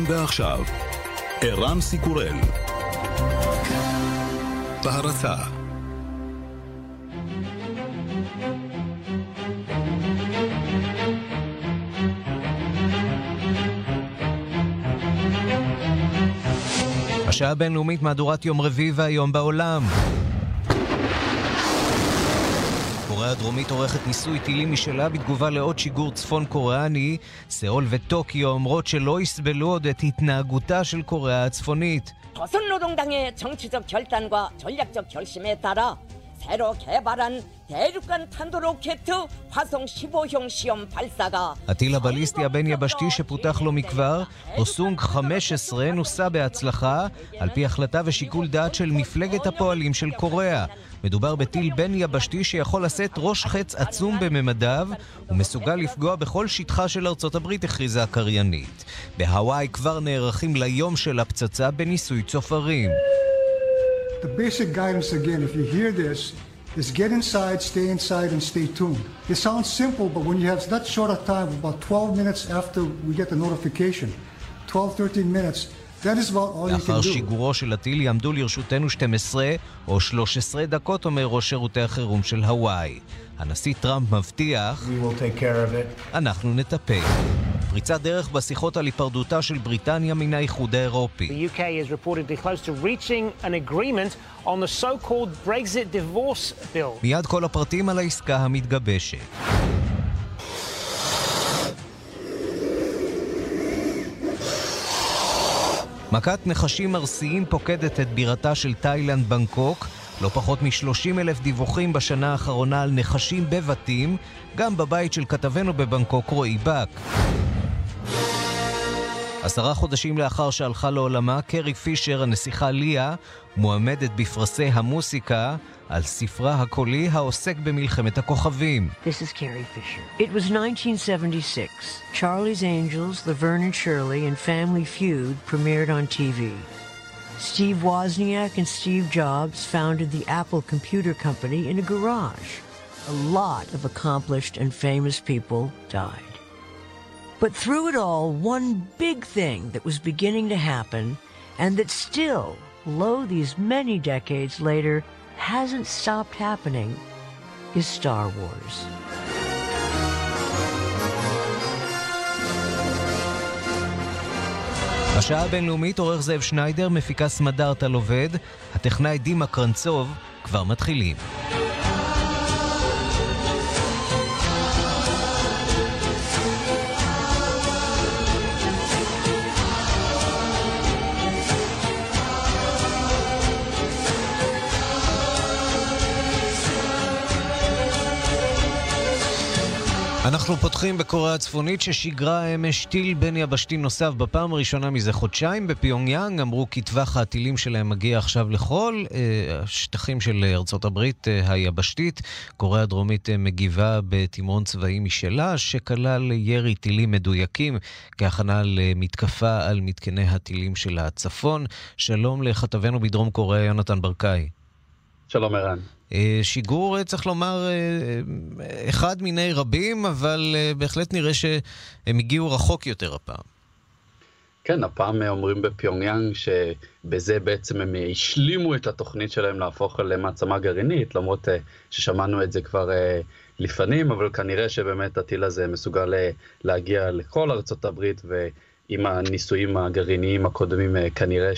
כאן ועכשיו, ערן סיקורל בהרצה. השעה הבינלאומית מהדורת יום רביעי והיום בעולם. קוריאה הדרומית עורכת ניסוי טילים משלה בתגובה לעוד שיגור צפון קוריאני. סאול וטוקיו אומרות שלא יסבלו עוד את התנהגותה של קוריאה הצפונית. 조선노동당의 정치적 결단과 전략적 결심에 따라 새로 개발한 대륙간 탄도로켓 화성 15형 시험 발사가 הטיל הבליסטי הבין יבשתי שפותח לו מכבר, רוסונג 15, נוסע בהצלחה על פי החלטה ושיקול דעת של מפלגת הפועלים של קוריאה. מדובר בטיל בין יבשתי שיכול לשאת ראש חץ עצום בממדיו ומסוגל לפגוע בכל שטחה של ארצות הברית, הכריזה הקריינית. בהוואי כבר נערכים ליום של הפצצה בניסוי צופרים. The basic guidance again, if you hear this, is get inside and stay tuned. It sounds simple, but when you have that short a time, about 12 minutes after we get the notification, 12-13 minutes, that is about all you can do. לאחר שיגורו של הטיל יעמדו לרשותנו 12 או 13 דקות, אומר ראש שירותי החירום של הוואי. הנשיא טראמפ מבטיח, We will take care of it. אנחנו נטפל. פריצת דרך בשיחות על היפרדותה של בריטניה מן האיחוד האירופי. The UK is reportedly close to reaching an agreement on the so-called Brexit divorce bill. מיד כל הפרטים על העסקה המתגבשת. מכת נחשים ארסיים פוקדת את בירתה של תאילנד, בנקוק. לא פחות מ-30,000 דיווחים בשנה האחרונה על נחשים בבתים, גם בבית של כתבנו בבנקוק רועי בק. 10 חודשים לאחר שהלכה לעולמה, קרי פישר, הנסיכה ליה, מועמדת בפרסי המוסיקה על ספרה הקולי העוסק במלחמת הכוכבים. This is Carrie Fisher. It was 1976. Charlie's Angels, Laverne and Shirley, and Family Feud premiered on TV. Steve Wozniak and Steve Jobs founded the Apple Computer Company in a garage. A lot of accomplished and famous people died. But through it all, one big thing that was beginning to happen, and that still, lo these many decades later, hasn't stopped happening, is Star Wars. השעה הבינלאומית, עורך זאב שניידר, מפיקה סמדר טל עובד, הטכנאי דימה קרנצוב, כבר מתחילים. אנחנו פותחים בקוריאה הצפונית ששיגרה אמש טיל בין יבשתי נוסף בפעם הראשונה מזה חודשיים בפיונגיאנג. אמרו כי טווח הטילים שלהם מגיע עכשיו לכל השטחים של ארצות הברית היבשתית. קוריאה הדרומית מגיבה בתמרון צבאי משלה שכלל ירי טילים מדויקים כהכנה למתקפה על מתקני הטילים של הצפון. שלום לכתבנו בדרום קוריאה יונתן ברקאי. שלום ערן. שיגור, צריך לומר, אחד מיני רבים, אבל בהחלט נראה שהם הגיעו רחוק יותר הפעם. כן, הפעם אומרים בפיונגיאנג שבזה בעצם הם השלימו את התוכנית שלהם להפוך למעצמה גרעינית, למרות ששמענו את זה כבר לפנים, אבל כנראה שבאמת הטיל הזה מסוגל להגיע לכל ארצות הברית, ועם הניסויים הגרעיניים הקודמים כנראה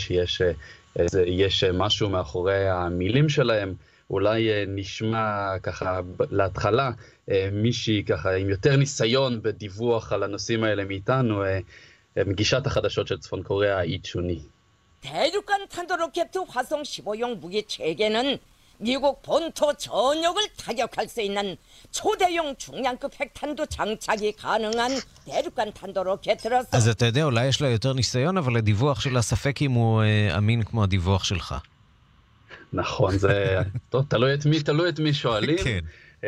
שיש משהו מאחורי המילים שלהם. אולי נשמע ככה להתחלה מישהי ככה עם יותר ניסיון בדיווח על הנושאים האלה מאיתנו, מגישת החדשות של צפון קוריאה, 이 춘이. 대륙간 탄도로켓 화성 15형 무기 체계는 미국 본토 전역을 타격할 수 있는 초대형 중량급 핵탄두 장착이 가능한 대륙간 탄도로켓으로서. אז אתה יודע, אולי יש לה יותר ניסיון, אבל הדיווח שלה ספק אם הוא אמין כמו הדיווח שלך. נכון, זה טוב, תלוי את מי שואלים. כן.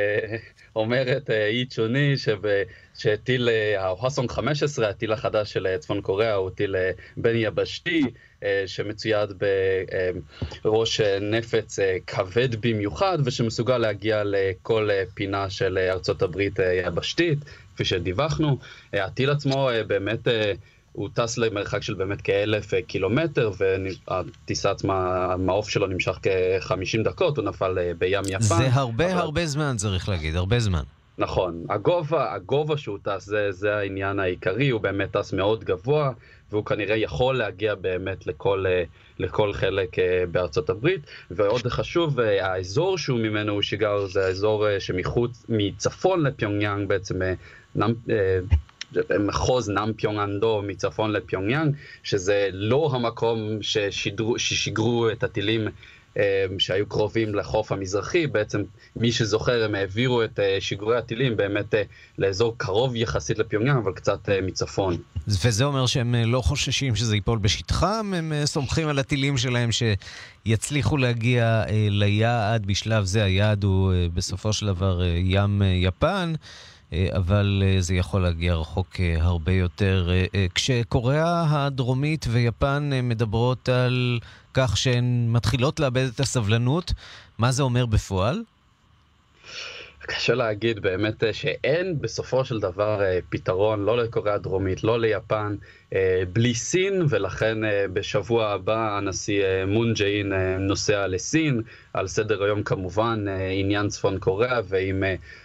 אומרת 이 춘이 שטיל ההואסונג 15, הטיל החדש של צפון קוריאה, הוא טיל בין יבשתי שמצויד בראש נפץ כבד במיוחד ושמסוגל להגיע לכל פינה של ארצות הברית יבשתית, כפי שדיווחנו. הטיל עצמו באמת הוא טס למרחק של באמת כ1,000 קילומטר, והטיסה עצמה, המעוף שלו נמשך כ50 דקות, הוא נפל בים יפן. זה הרבה זמן, צריך להגיד, הרבה זמן. נכון, הגובה שהוא טס, זה העניין העיקרי, הוא באמת טס מאוד גבוה, והוא כנראה יכול להגיע באמת לכל חלק בארצות הברית, ועוד חשוב, האזור שהוא ממנו הוא שיגר, זה האזור מצפון לפיונגיאנג, בעצם מחוז נמפיונג-אנדו מצפון לפיונגיאנג, שזה לא המקום ששיגרו את הטילים שהיו קרובים לחוף המזרחי. בעצם מי שזוכר, הם העבירו את שיגורי הטילים באמת לאזור קרוב יחסית לפיונגיאנג, אבל קצת מצפון. וזה אומר שהם לא חוששים שזה ייפול בשטחם, הם סומכים על הטילים שלהם שיצליחו להגיע ליעד. בשלב זה היעד הוא בסופו של דבר ים יפן, אבל זה יכול להגיע רחוק הרבה יותר. כשקוריאה הדרומית ויפן מדברות על כך שהן מתחילות לאבד את הסבלנות, מה זה אומר בפועל? קשה להגיד באמת שאין בסופו של דבר פתרון, לא לקוריאה הדרומית, לא ליפן, בלי סין, ולכן בשבוע הבא הנשיא מון ג'אין נוסע לסין, על סדר היום כמובן עניין צפון קוריאה, ועם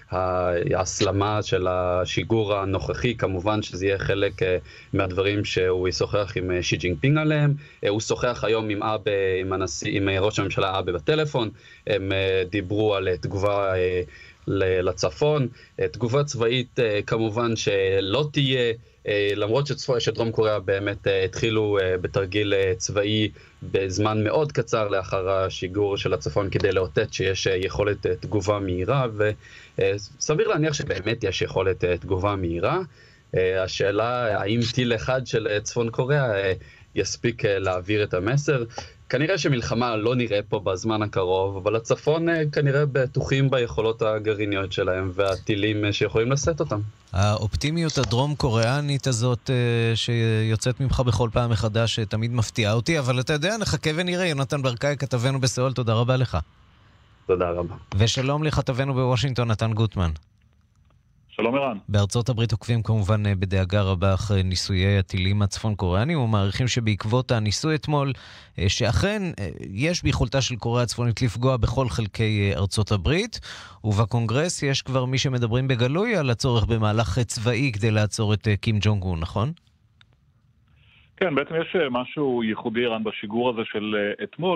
ההסלמה של השיגור הנוכחי, כמובן שזה יהיה חלק מהדברים שהוא ישוחח עם שי ג'ינפינג עליהם. הוא שוחח היום עם ראש הממשלה אבה בטלפון, הם דיברו על תגובה לצפון, תגובה צבאית כמובן שלא תהיה, למרות שדרום קוריאה באמת התחילו בתרגיל צבאי בזמן מאוד קצר לאחר השיגור של הצפון, כדי לאותת שיש יכולת תגובה מהירה, וסביר להניח שבאמת יש יכולת תגובה מהירה. השאלה האם טיל אחד של צפון קוריאה יספיק להעביר את המסר. כנראה שמלחמה לא נראה פה בזמן הקרוב, אבל הצפון כנראה בטוחים ביכולות הגרעיניות שלהם והטילים שיכולים לשאת אותם. האופטימיות הדרום קוריאנית הזאת שיוצאת ממך בכל פעם מחדש תמיד מפתיעה אותי, אבל אתה יודע, נחכה ונראה. יונתן ברקאי, כתבנו בסאול, תודה רבה לך. תודה רבה. ושלום לכתבנו בוושינגטון, נתן גוטמן. שלום ערן. בארצות הברית עוקבים כמובן בדאגה רבה אחרי ניסויי הטילים הצפון קוריאנים, ומעריכים שבעקבות הניסוי אתמול, שאכן יש ביכולתה של קוריאה הצפונית לפגוע בכל חלקי ארצות הברית, ובקונגרס יש כבר מי שמדברים בגלוי על הצורך במהלך צבאי כדי לעצור את קים ג'ונג און, נכון? כן, בעצם יש משהו ייחודי ערן בשיגור הזה של אתמול,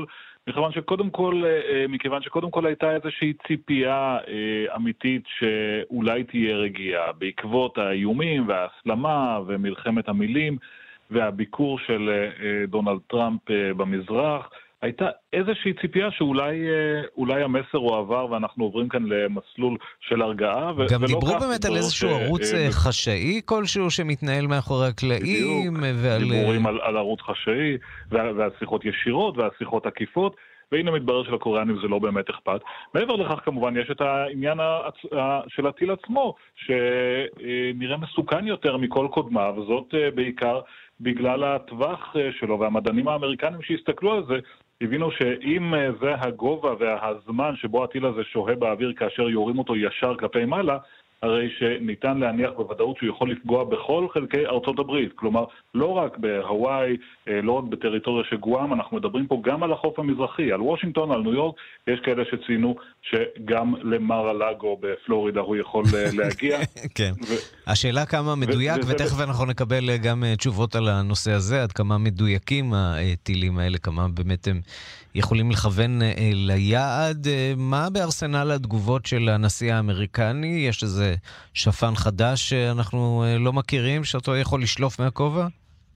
מכיוון שקודם כל הייתה איזושהי ציפייה אמיתית שאולי תהיה רגיעה בעקבות האיומים וההסלמה ומלחמת המילים והביקור של דונלד טראמפ במזרח. הייתה איזושהי ציפייה שאולי המסר הוא עבר ואנחנו עוברים כאן למסלול של הרגעה. גם דיברו באמת על איזשהו ערוץ חשאי כלשהו שמתנהל מאחורי הקלעים. דיבורים על ערוץ חשאי והשיחות ישירות והשיחות עקיפות, והנה מתברר שלקוריאנים זה לא באמת אכפת. מעבר לכך כמובן יש את העניין של הטיל עצמו, שנראה מסוכן יותר מכל קודמיו, וזאת בעיקר בגלל הטווח שלו, והמדענים האמריקנים שהסתכלו על זה, הבינו שאם זה הגובה והזמן שבו הטיל הזה שוהה באוויר כאשר יורים אותו ישר כלפי מעלה, הרי שניתן להניח בוודאות שהוא יכול לפגוע בכל חלקי ארצות הברית. כלומר, לא רק בהוואי, לא רק בטריטוריה של גואם, אנחנו מדברים פה גם על החוף המזרחי, על וושינגטון, על ניו יורק. יש כאלה שציינו שגם למר הלאגו בפלורידה הוא יכול להגיע. כן. השאלה כמה מדויק, ותכף אנחנו נקבל גם תשובות על הנושא הזה, עד כמה מדויקים הטילים האלה, כמה באמת הם יכולים לכוון ליעד. מה בארסנל התגובות של הנשיא האמריקני? יש איזה שפן חדש שאנחנו לא מכירים, שאותו יכול לשלוף מהכובע?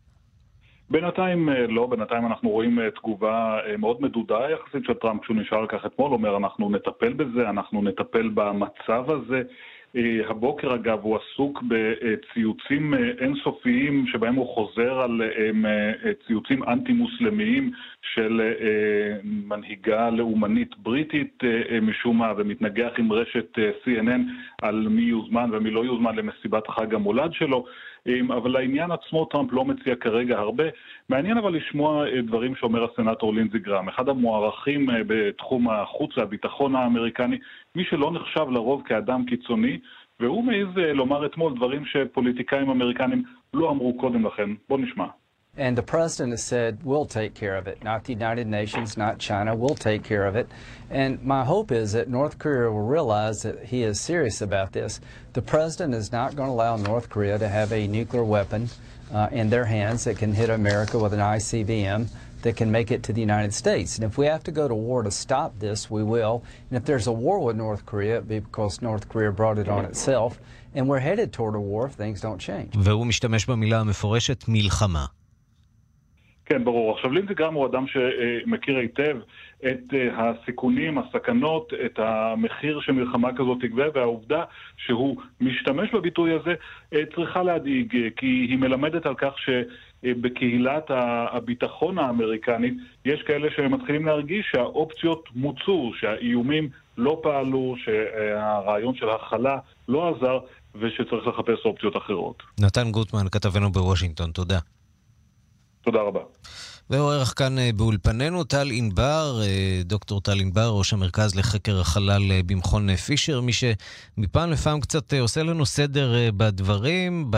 בינתיים לא, בינתיים אנחנו רואים תגובה מאוד מדודה יחסית של טראמפ, כשהוא נשאר כך אתמול, אומר אנחנו נטפל בזה, אנחנו נטפל במצב הזה. הבוקר אגב הוא עסוק בציוצים אינסופיים שבהם הוא חוזר על ציוצים אנטי-מוסלמיים של מנהיגה לאומנית בריטית משום מה, ומתנגח עם רשת CNN על מי יוזמן ומי לא יוזמן למסיבת חג המולד שלו. אבל לעניין עצמו טראמפ לא מציע כרגע הרבה. מעניין אבל לשמוע דברים שאומר הסנאטור לינזי גראם, אחד המוערכים בתחום החוץ והביטחון האמריקני, מי שלא נחשב לרוב כאדם קיצוני, והוא מעז לומר אתמול דברים שפוליטיקאים אמריקנים לא אמרו קודם לכן. בוא נשמע. And the president has said, we'll take care of it. Not the United Nations, not China, we'll take care of it. And my hope is that North Korea will realize that he is serious about this. The president is not going to allow North Korea to have a nuclear weapon in their hands that can hit America with an ICBM that can make it to the United States. And if we have to go to war to stop this, we will. And if there's a war with North Korea, it'll be because North Korea brought it on itself. And we're headed toward a war if things don't change. והוא משתמש במילה המפורשת מלחמה. כן, ברור. עכשיו לינדזי גראם הוא אדם שמכיר היטב את הסיכונים, הסכנות, את המחיר שמלחמה כזאת תגבה, והעובדה שהוא משתמש בביטוי הזה צריכה להדאיג, כי היא מלמדת על כך שבקהילת הביטחון האמריקנית יש כאלה שמתחילים להרגיש שהאופציות מוצו, שהאיומים לא פעלו, שהרעיון של הכלה לא עזר, ושצריך לחפש אופציות אחרות. נתן גוטמן, כתבנו בוושינגטון, תודה. תודה רבה. ועורך כאן באולפנינו טל ענבר, דוקטור טל ענבר, ראש המרכז לחקר החלל במכון פישר, מי שמפעם לפעם קצת עושה לנו סדר בדברים,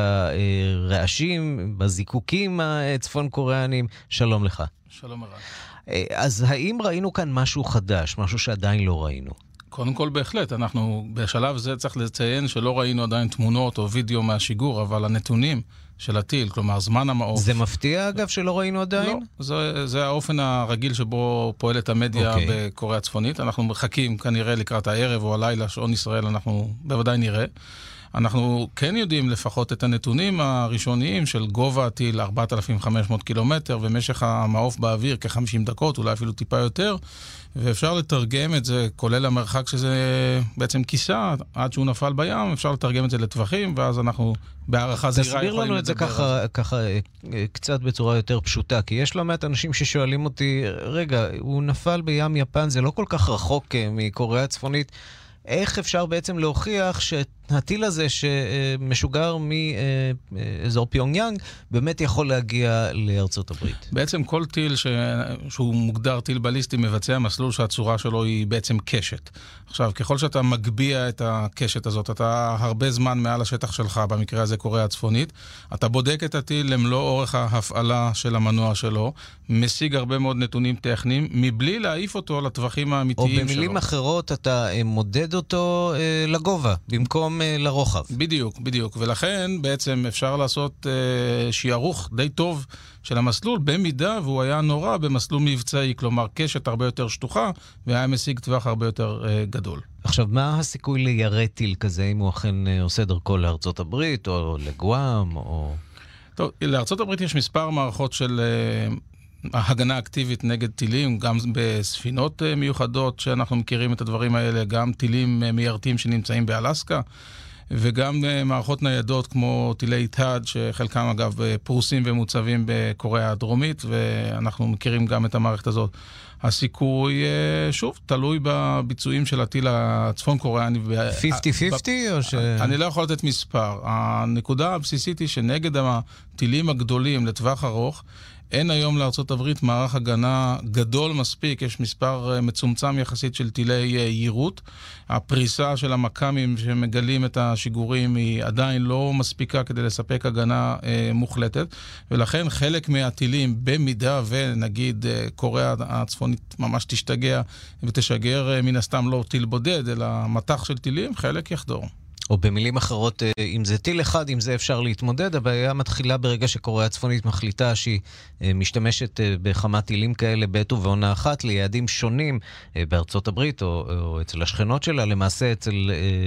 ברעשים, בזיקוקים הצפון קוריאנים. שלום לך. שלום הרב. אז האם ראינו כאן משהו חדש, משהו שעדיין לא ראינו? קודם כל בהחלט, אנחנו בשלב זה צריך לציין שלא ראינו עדיין תמונות או וידאו מהשיגור, אבל הנתונים של הטיל, כלומר זמן המעוף. זה מפתיע אגב שלא ראינו עדיין? לא, זה האופן הרגיל שבו פועלת המדיה בקוריאה הצפונית. אנחנו מחכים כנראה לקראת הערב או הלילה, שעון ישראל אנחנו בוודאי נראה. אנחנו כן יודעים לפחות את הנתונים הראשוניים של גובה הטיל 4,500 קילומטר, ומשך המעוף באוויר כ-50 דקות, אולי אפילו טיפה יותר, ואפשר לתרגם את זה, כולל המרחק שזה בעצם כיסה, עד שהוא נפל בים, אפשר לתרגם את זה לטווחים, ואז אנחנו בהערכה זהירה יכולים לדבר. תסביר לנו את זה ככה קצת בצורה יותר פשוטה, כי יש לא מעט אנשים ששואלים אותי, רגע, הוא נפל בים יפן, זה לא כל כך רחוק מקוריאה הצפונית, איך אפשר בעצם להוכיח שהטיל הזה שמשוגר מאזור פיונגיאנג באמת יכול להגיע לארצות הברית? בעצם כל טיל שהוא מוגדר טיל בליסטי מבצע מסלול שהצורה שלו היא בעצם קשת. עכשיו, ככל שאתה מגביע את הקשת הזאת, אתה הרבה זמן מעל השטח שלך, במקרה הזה קוריאה הצפונית, אתה בודק את הטיל למלוא אורך ההפעלה של המנוע שלו, משיג הרבה מאוד נתונים טכניים, מבלי להעיף אותו לטווחים האמיתיים שלו. או במילים אחרות, אתה מודד אותו לגובה, במקום לרוחב. בדיוק. ולכן בעצם אפשר לעשות שיערוך די טוב של המסלול, במידה והוא היה נורא במסלול מבצעי, כלומר קשת הרבה יותר שטוחה, והיה משיג טווח הרבה יותר גדול. עכשיו, מה הסיכוי לירא טיל כזה, אם הוא אכן עושה דרכו לארצות הברית, או לגואם, או... טוב, לארצות הברית יש מספר מערכות של הגנה אקטיבית נגד טילים, גם בספינות מיוחדות שאנחנו מכירים את הדברים האלה, גם טילים מיירטים שנמצאים באלסקה, וגם מערכות ניידות כמו טילי טאד, שחלקם אגב פרוסים ומוצבים בקוריאה הדרומית, ואנחנו מכירים גם את המערכת הזאת. הסיכוי, שוב, תלוי בביצועים של הטיל הצפון קוריאני. 50-50 או ש... אני לא יכול לתת מספר. הנקודה הבסיסית היא שנגד הטילים הגדולים לטווח ארוך, אין היום לארצות הברית מערך הגנה גדול מספיק, יש מספר מצומצם יחסית של טילי יירוט. הפריסה של המקמים שמגלים את השיגורים היא עדיין לא מספיקה כדי לספק הגנה מוחלטת, ולכן חלק מהטילים, במידה ונגיד קוריאה הצפונית ממש תשתגע ותשגר מן הסתם לא טיל בודד, אלא מטח של טילים, חלק יחדור. או במילים אחרות, אם זה טיל אחד, אם זה אפשר להתמודד, הבעיה מתחילה ברגע שקוריאה הצפונית מחליטה שהיא משתמשת בכמה טילים כאלה בעת ובעונה אחת ליעדים שונים בארצות הברית או אצל השכנות שלה. למעשה אצל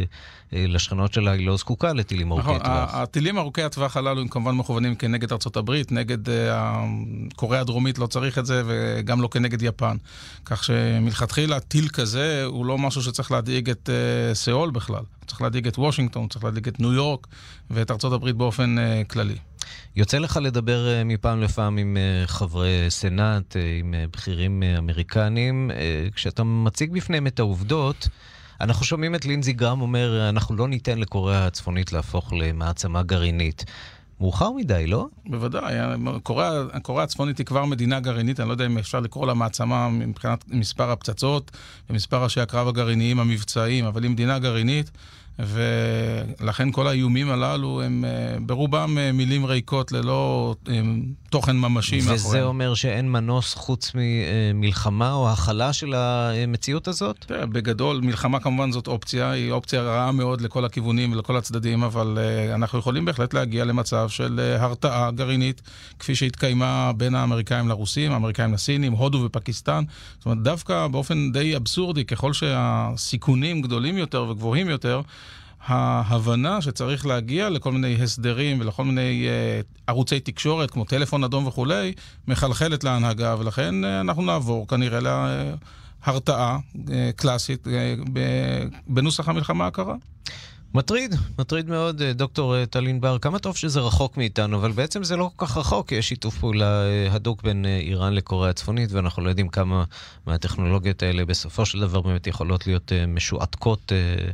לשכנות שלה היא לא זקוקה לטילים ארוכי טווח. הטילים ארוכי הטווח הללו הם כמובן מכוונים כנגד ארצות הברית, נגד קוריאה הדרומית לא צריך את זה, וגם לא כנגד יפן. כך שמלכתחילה טיל כזה הוא לא משהו שצריך להדאיג את סאול בכלל. צריך להדאיג את וושינגטון, צריך להדאיג את ניו יורק ואת ארצות הברית באופן כללי. יוצא לך לדבר מפעם לפעם עם חברי סנאט, עם בכירים אמריקנים, כשאתה מציג בפניהם את העובדות, אנחנו שומעים את לינדזי גראם אומר, אנחנו לא ניתן לקוריאה הצפונית להפוך למעצמה גרעינית. מאוחר מדי, לא? בוודאי. קוריאה הצפונית היא כבר מדינה גרעינית, אני לא יודע אם אפשר לקרוא לה מעצמה מבחינת מספר הפצצות ומספר ראשי הקרב הגרעיניים המבצעיים, אבל היא מדינה גרעינית, ולכן כל האיומים הללו הם ברובם מילים ריקות ללא תוכן ממשי מאחוריהם. וזה אומר שאין מנוס חוץ ממלחמה או החלה של המציאות הזאת? בגדול, מלחמה כמובן זאת אופציה, היא אופציה רעה מאוד לכל הכיוונים ולכל הצדדים, אבל אנחנו יכולים בהחלט להגיע למצב של הרתעה גרעינית, כפי שהתקיימה בין האמריקאים לרוסים, האמריקאים לסינים, הודו ופקיסטן. זאת אומרת, דווקא באופן די אבסורדי, ככל שהסיכונים גדולים יותר וגבוהים יותר, ההבנה שצריך להגיע לכל מיני הסדרים ולכל מיני ערוצי תקשורת, כמו טלפון אדום וכולי, מחלחלת להנהגה, ולכן אנחנו נעבור כנראה להרתעה קלאסית בנוסח המלחמה הקרה. מטריד מאוד, דוקטור טל ענבר. כמה טוב שזה רחוק מאיתנו, אבל בעצם זה לא כל כך רחוק, יש שיתוף פעולה הדוק בין איראן לקוריאה הצפונית, ואנחנו לא יודעים כמה מהטכנולוגיות האלה בסופו של דבר באמת יכולות להיות משועתקות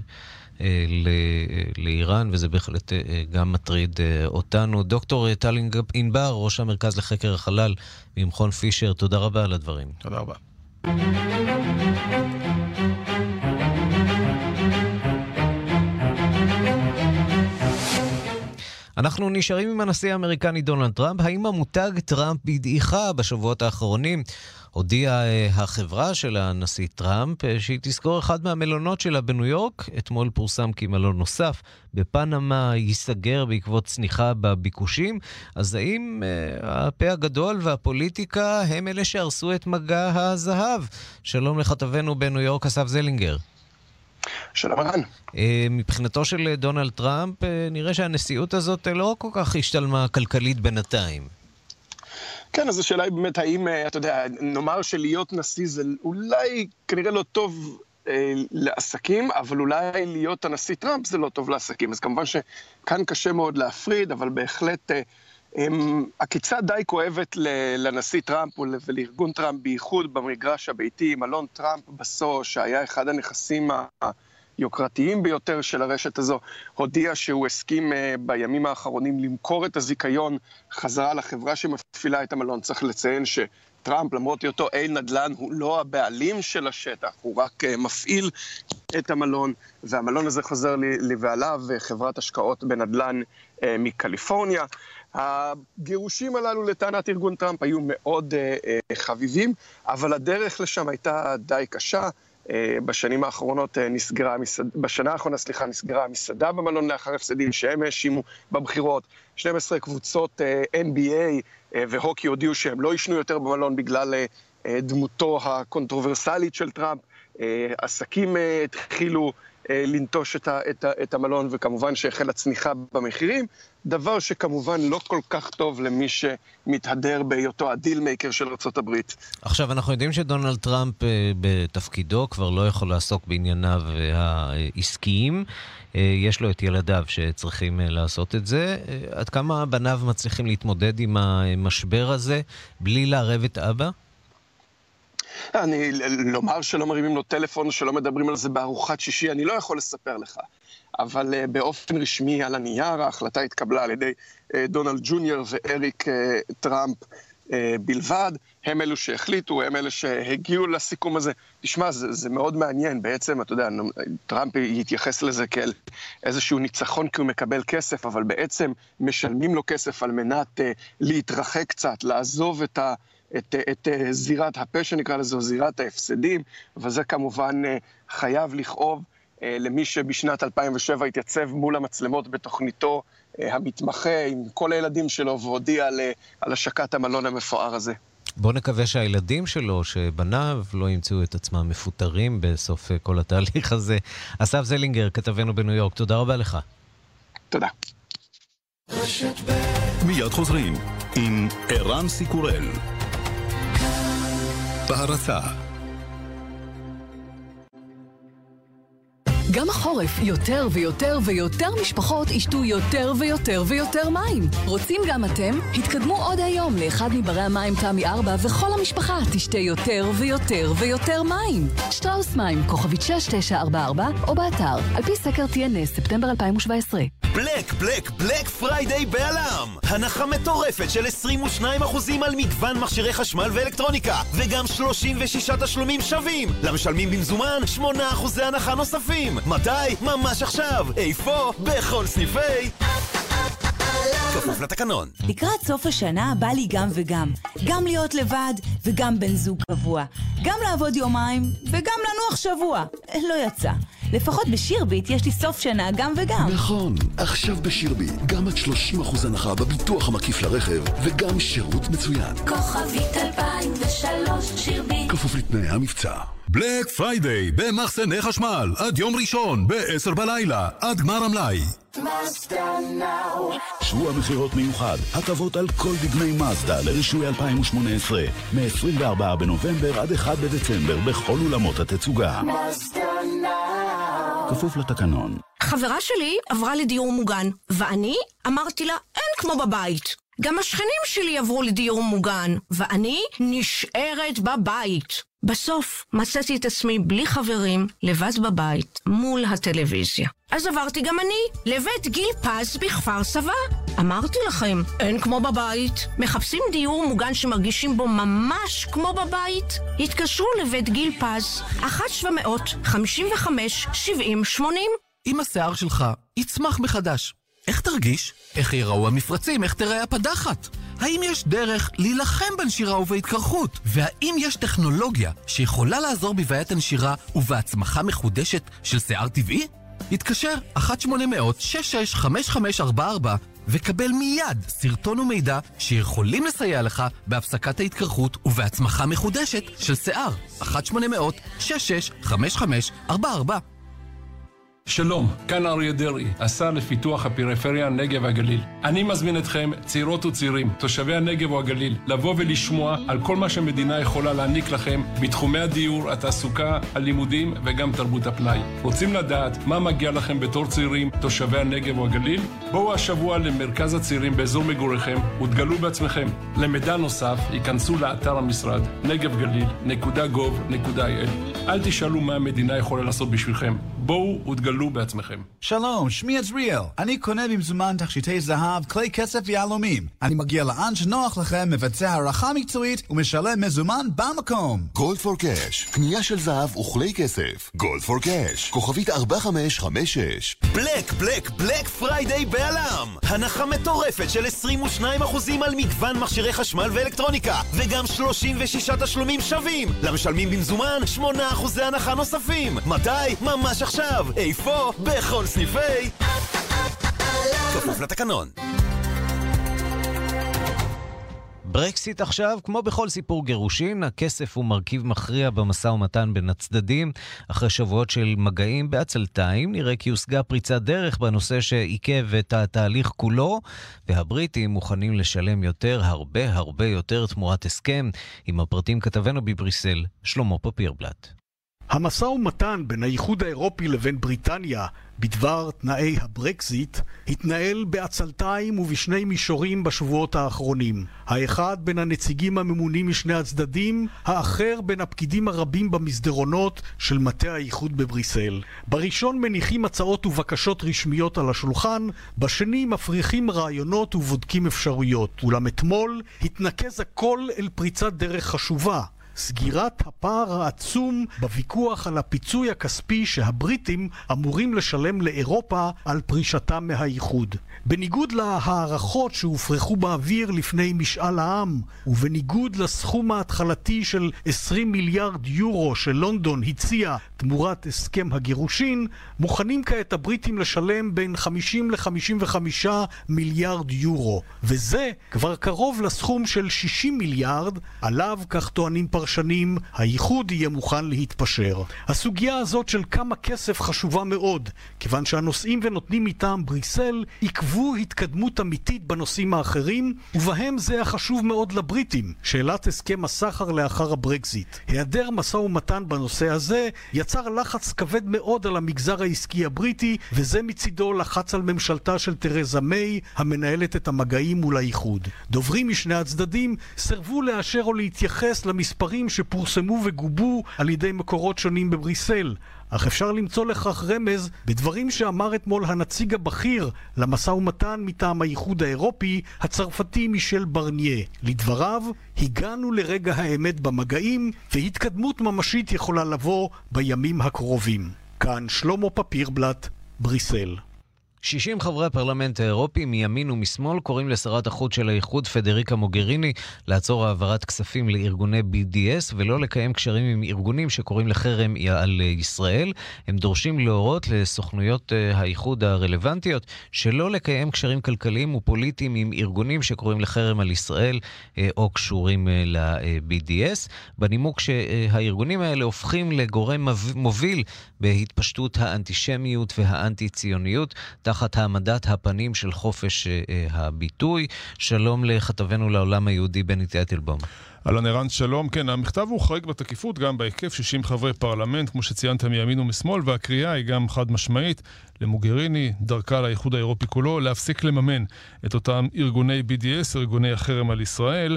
לאיראן, וזה בהחלט גם מטריד אותנו. דוקטור טל ענבר, ראש המרכז לחקר החלל ממכון פישר, תודה רבה על הדברים. תודה רבה. אנחנו נשארים עם הנשיא האמריקני דונלד טראמפ. האם המותג טראמפ בדעיכה בשבועות האחרונים? הודיעה החברה של הנשיא טראמפ שהיא תסגור אחד מהמלונות שלה בניו יורק. אתמול פורסם כי מלון נוסף בפנמה ייסגר בעקבות צניחה בביקושים. אז האם הפה הגדול והפוליטיקה הם אלה שהרסו את מגע הזהב? שלום לכתבנו בניו יורק, אסף זלינגר. שלום ערן. מבחינתו של דונלד טראמפ, נראה שהנשיאות הזאת לא כל כך השתלמה כלכלית בינתיים. כן, אז השאלה היא באמת האם, אתה יודע, נאמר שלהיות נשיא זה אולי כנראה לא טוב לעסקים, אבל אולי להיות הנשיא טראמפ זה לא טוב לעסקים. אז כמובן שכאן קשה מאוד להפריד, אבל בהחלט הקיצה די כואבת לנשיא טראמפ ולארגון טראמפ, בייחוד במגרש הביתי. מלון טראמפ בסו, שהיה אחד הנכסים היוקרתיים ביותר של הרשת הזו, הודיע שהוא הסכים בימים האחרונים למכור את הזיכיון חזרה לחברה שמפעילה את המלון. צריך לציין שטראמפ, למרות היותו איל נדל"ן, הוא לא הבעלים של השטח, הוא רק מפעיל את המלון, והמלון הזה חוזר לבעליו חברת השקעות בנדל"ן מקליפורניה. הגירושים הללו לטענת ארגון טראמפ היו מאוד חביבים, אבל הדרך לשם הייתה די קשה. בשנה האחרונה נסגרה המסעדה במלון לאחר הפסדים שהם האשימו בבחירות. 12 קבוצות NBA והוקי הודיעו שהם לא ישנו יותר במלון בגלל דמותו הקונטרוברסלית של טראמפ. עסקים התחילו לנטוש את המלון, וכמובן שהחלה צניחה במחירים, דבר שכמובן לא כל כך טוב למי שמתהדר בהיותו הדיל מייקר של ארצות הברית. עכשיו, אנחנו יודעים שדונלד טראמפ בתפקידו כבר לא יכול לעסוק בענייניו העסקיים. יש לו את ילדיו שצריכים לעשות את זה. עד כמה בניו מצליחים להתמודד עם המשבר הזה בלי לערב את אבא? אני לומר שלא מרימים לו טלפון, שלא מדברים על זה בארוחת שישי, אני לא יכול לספר לך. אבל באופן רשמי על הנייר, ההחלטה התקבלה על ידי דונלד ג'וניור ואריק טראמפ בלבד. הם אלו שהחליטו, הם אלו שהגיעו לסיכום הזה. תשמע, זה מאוד מעניין. בעצם, אתה יודע, טראמפ יתייחס לזה כאל איזשהו ניצחון כי הוא מקבל כסף, אבל בעצם משלמים לו כסף על מנת להתרחק קצת, לעזוב את זירת הפשע, נקרא לזו זירת ההפסדים, וזה כמובן חייב לכאוב למי שבשנת 2007 התייצב מול המצלמות בתוכניתו המתמחה עם כל הילדים שלו והודיע על השקת המלון המפואר הזה. בוא נקווה שהילדים שלו, שבניו, לא ימצאו את עצמם מפוטרים בסוף כל התהליך הזה. אסף זלינגר, כתבנו בניו יורק, תודה רבה לך. תודה. מיד חוזרים עם ערן סיקורל. בהרצה. גם החורף יותר ויותר ויותר משפחות ישתו יותר ויותר ויותר מים. רוצים גם אתם? התקדמו עוד היום לאחד מברי המים תמי 4 וכל המשפחה תשתה יותר ויותר ויותר מים. שטראוס מים, כוכבית 6944 או באתר, על פי סקר TNS, ספטמבר 2017. בלק פריידיי בעלם. הנחה מטורפת של 22% על מגוון מכשירי חשמל ואלקטרוניקה, וגם 36 תשלומים שווים. למשלמים במזומן 8% הנחה נוספים. מתי? ממש עכשיו. איפה? בכל סניפי כפוף לתקנון. לקראת סוף השנה בא לי גם וגם. גם להיות לבד וגם בן זוג קבוע. גם לעבוד יומיים וגם לנוח שבוע. לא יצא. לפחות בשירביט יש לי סוף שנה גם וגם. נכון, עכשיו בשירביט גם עד 30% הנחה בביטוח המקיף לרכב וגם שירות מצוין. כוכבית 2003 שירביט. כפוף לתנאי המבצע. בלק פריידיי במחסני חשמל עד יום ראשון ב-10 בלילה עד גמר המלאי. שבוע מחירות מיוחד, הטבות על כל דגמי מזדה לרישוי 2018 מ-24 בנובמבר עד 1 בדצמבר בכל אולמות התצוגה. כפוף לתקנון. חברה שלי עברה לדיור מוגן, ואני אמרתי לה אין כמו בבית. גם השכנים שלי עברו לדיור מוגן, ואני נשארת בבית. בסוף מצאתי את עצמי בלי חברים, לבד בבית, מול הטלוויזיה. אז עברתי גם אני לבית גיל פז בכפר סבא. אמרתי לכם, אין כמו בבית. מחפשים דיור מוגן שמרגישים בו ממש כמו בבית? התקשרו לבית גיל פז, 1-755-70-80. אם השיער שלך יצמח מחדש, איך תרגיש? איך ייראו המפרצים? איך תראה הפדחת? האם יש דרך להילחם בנשירה ובהתקרחות? והאם יש טכנולוגיה שיכולה לעזור בבעיית הנשירה ובהצמחה מחודשת של שיער טבעי? התקשר 1-800-665544 וקבל מיד סרטון ומידע שיכולים לסייע לך בהפסקת ההתקרחות ובהצמחה מחודשת של שיער. 1-800-665544. שלום, כאן אריה דרעי, השר לפיתוח הפריפריה, הנגב והגליל. אני מזמין אתכם, צעירות וצעירים, תושבי הנגב והגליל, לבוא ולשמוע על כל מה שהמדינה יכולה להעניק לכם בתחומי הדיור, התעסוקה, הלימודים וגם תרבות הפנאי. רוצים לדעת מה מגיע לכם בתור צעירים, תושבי הנגב והגליל? בואו השבוע למרכז הצעירים באזור מגוריכם ותגלו בעצמכם. למידע נוסף, ייכנסו לאתר המשרד, negevgalil.gov.il. אל תשאלו מה המדינה יכולה לעשות בשבילכם. בואו ותגלו בעצמכם. שלום, שמי עזריאל. אני קונה במזומן תכשיטי זהב, כלי כסף ויהלומים. אני מגיע לאן שנוח לכם, מבצע הערכה מקצועית ומשלם מזומן במקום. גולד פור קאש, קנייה של זהב וכלי כסף. גולד פור קאש, כוכבית 4556. בלק פריידיי בעלם. הנחה מטורפת של 22% על מגוון מכשירי חשמל ואלקטרוניקה, וגם 36 תשלומים שווים. למשלמים במזומן 8% הנחה נוספים. מתי? ממש עכשיו. איפה? בכל סניפי כפוף לתקנון. ברקסיט עכשיו, כמו בכל סיפור גירושין, הכסף הוא מרכיב מכריע במשא ומתן בין הצדדים. אחרי שבועות של מגעים בעצלתיים, נראה כי הושגה פריצת דרך בנושא שעיכב את התהליך כולו, והבריטים מוכנים לשלם יותר, הרבה יותר תמורת הסכם. עם הפרטים כתבנו בבריסל, שלמה פפירבלט. המשא ומתן בין האיחוד האירופי לבין בריטניה בדבר תנאי הברקזיט התנהל בעצלתיים ובשני מישורים בשבועות האחרונים. האחד בין הנציגים הממונים משני הצדדים, האחר בין הפקידים הרבים במסדרונות של מטה האיחוד בבריסל. בראשון מניחים הצעות ובקשות רשמיות על השולחן, בשני מפריחים רעיונות ובודקים אפשרויות. אולם אתמול התנקז הכל אל פריצת דרך חשובה. סגירת הפער העצום בוויכוח על הפיצוי הכספי שהבריטים אמורים לשלם לאירופה על פרישתם מהאיחוד. בניגוד להערכות שהופרחו באוויר לפני משאל העם, ובניגוד לסכום ההתחלתי של 20 מיליארד יורו שלונדון הציעה תמורת הסכם הגירושין, מוכנים כעת הבריטים לשלם בין 50 ל-55 מיליארד יורו. וזה כבר קרוב לסכום של 60 מיליארד, עליו, כך טוענים פרשנים, האיחוד יהיה מוכן להתפשר. הסוגיה הזאת של כמה כסף חשובה מאוד, כיוון שהנושאים ונותנים מטעם בריסל עקבו התקדמות אמיתית בנושאים האחרים, ובהם זה החשוב מאוד לבריטים, שאלת הסכם הסחר לאחר הברקזיט. היעדר משא ומתן בנושא הזה יצר לחץ כבד מאוד על המגזר העסקי הבריטי, וזה מצידו לחץ על ממשלתה של תרזה מיי, המנהלת את המגעים מול האיחוד. דוברים משני הצדדים סרבו לאשר או להתייחס למספרים דברים שפורסמו וגובו על ידי מקורות שונים בבריסל, אך אפשר למצוא לכך רמז בדברים שאמר אתמול הנציג הבכיר למשא ומתן מטעם האיחוד האירופי, הצרפתי מישל ברניה. לדבריו, הגענו לרגע האמת במגעים, והתקדמות ממשית יכולה לבוא בימים הקרובים. כאן שלמה פפירבלט, בריסל. 60 חברי הפרלמנט האירופי מימין ומשמאל קוראים לשרת החוץ של האיחוד פדריקה מוגריני לעצור העברת כספים לארגוני BDS ולא לקיים קשרים עם ארגונים שקוראים לחרם על ישראל. הם דורשים להורות לסוכנויות האיחוד הרלוונטיות שלא לקיים קשרים כלכליים ופוליטיים עם ארגונים שקוראים לחרם על ישראל או קשורים ל-BDS, בנימוק שהארגונים האלה הופכים לגורם מוביל בהתפשטות האנטישמיות והאנטי-ציוניות תחת העמדת הפנים של חופש הביטוי. שלום לכתבנו לעולם היהודי בני טייטלבום. אלון ערן, שלום. כן, המכתב הוא חריג בתקיפות גם בהיקף 60 חברי פרלמנט, כמו שציינת מימין ומשמאל, והקריאה היא גם חד משמעית למוגריני, דרכה לאיחוד האירופי כולו, להפסיק לממן את אותם ארגוני BDS, ארגוני החרם על ישראל.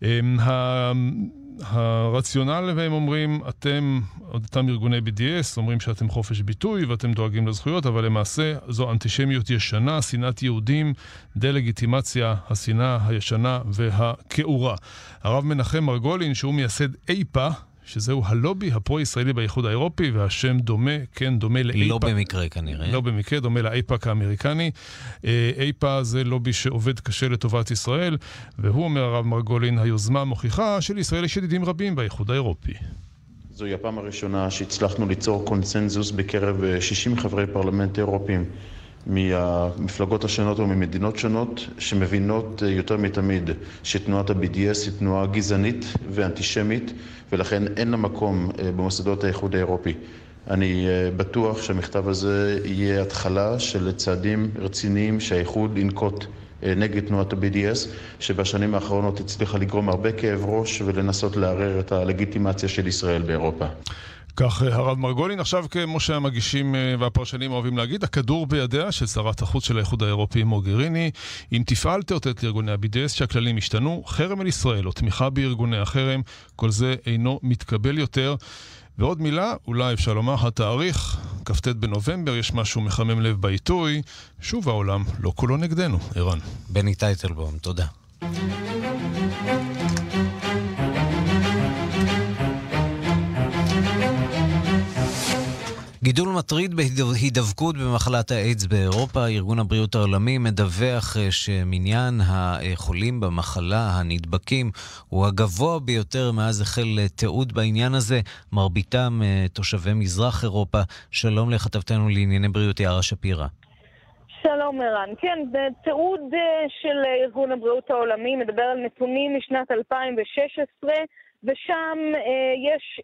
הרציונל, והם אומרים, אותם ארגוני BDS, אומרים שאתם חופש ביטוי ואתם דואגים לזכויות, אבל למעשה זו אנטישמיות ישנה, שנאת יהודים, דה-לגיטימציה, השנאה הישנה והכעורה. הרב מנחם מרגולין, שהוא מייסד איפה, שזהו הלובי הפרו-ישראלי באיחוד האירופי, והשם דומה, כן, דומה לאיפה. לא במקרה כנראה. לא במקרה, דומה לאיפאק האמריקני. איפה זה לובי שעובד קשה לטובת ישראל, והוא אומר הרב מרגולין, היוזמה מוכיחה שלישראל יש ידידים רבים באיחוד האירופי. זוהי הפעם הראשונה שהצלחנו ליצור קונסנזוס בקרב 60 חברי פרלמנט אירופיים מהמפלגות השונות וממדינות שונות שמבינות יותר מתמיד שתנועת ה-BDS היא תנועה גזענית ואנטישמית ולכן אין לה מקום במוסדות האיחוד האירופי. אני בטוח שהמכתב הזה יהיה התחלה של צעדים רציניים שהאיחוד ינקוט נגד תנועת ה-BDS שבשנים האחרונות הצליחה לגרום הרבה כאב ראש ולנסות לערער את הלגיטימציה של ישראל באירופה. כך הרב מרגולין. עכשיו, כמו שהמגישים והפרשנים אוהבים להגיד, הכדור בידיה של שרת החוץ של האיחוד האירופי מוגריני. אם תפעל תאותת לארגוני ה-BDS שהכללים השתנו, חרם על ישראל או תמיכה בארגוני החרם, כל זה אינו מתקבל יותר. ועוד מילה, אולי אפשר לומר, התאריך, כ"ט בנובמבר, יש משהו מחמם לב בעיתוי, שוב העולם לא כולו נגדנו. ערן. בני טייטלבום, תודה. גידול מטריד בהידבקות במחלת האיידס באירופה. ארגון הבריאות העולמי מדווח שמניין החולים במחלה הנדבקים הוא הגבוה ביותר מאז החל תיעוד בעניין הזה, מרביתם תושבי מזרח אירופה. שלום לכתבתנו לענייני בריאות יערה שפירא. שלום ערן. כן, תיעוד של ארגון הבריאות העולמי מדבר על נתונים משנת 2016, ושם יש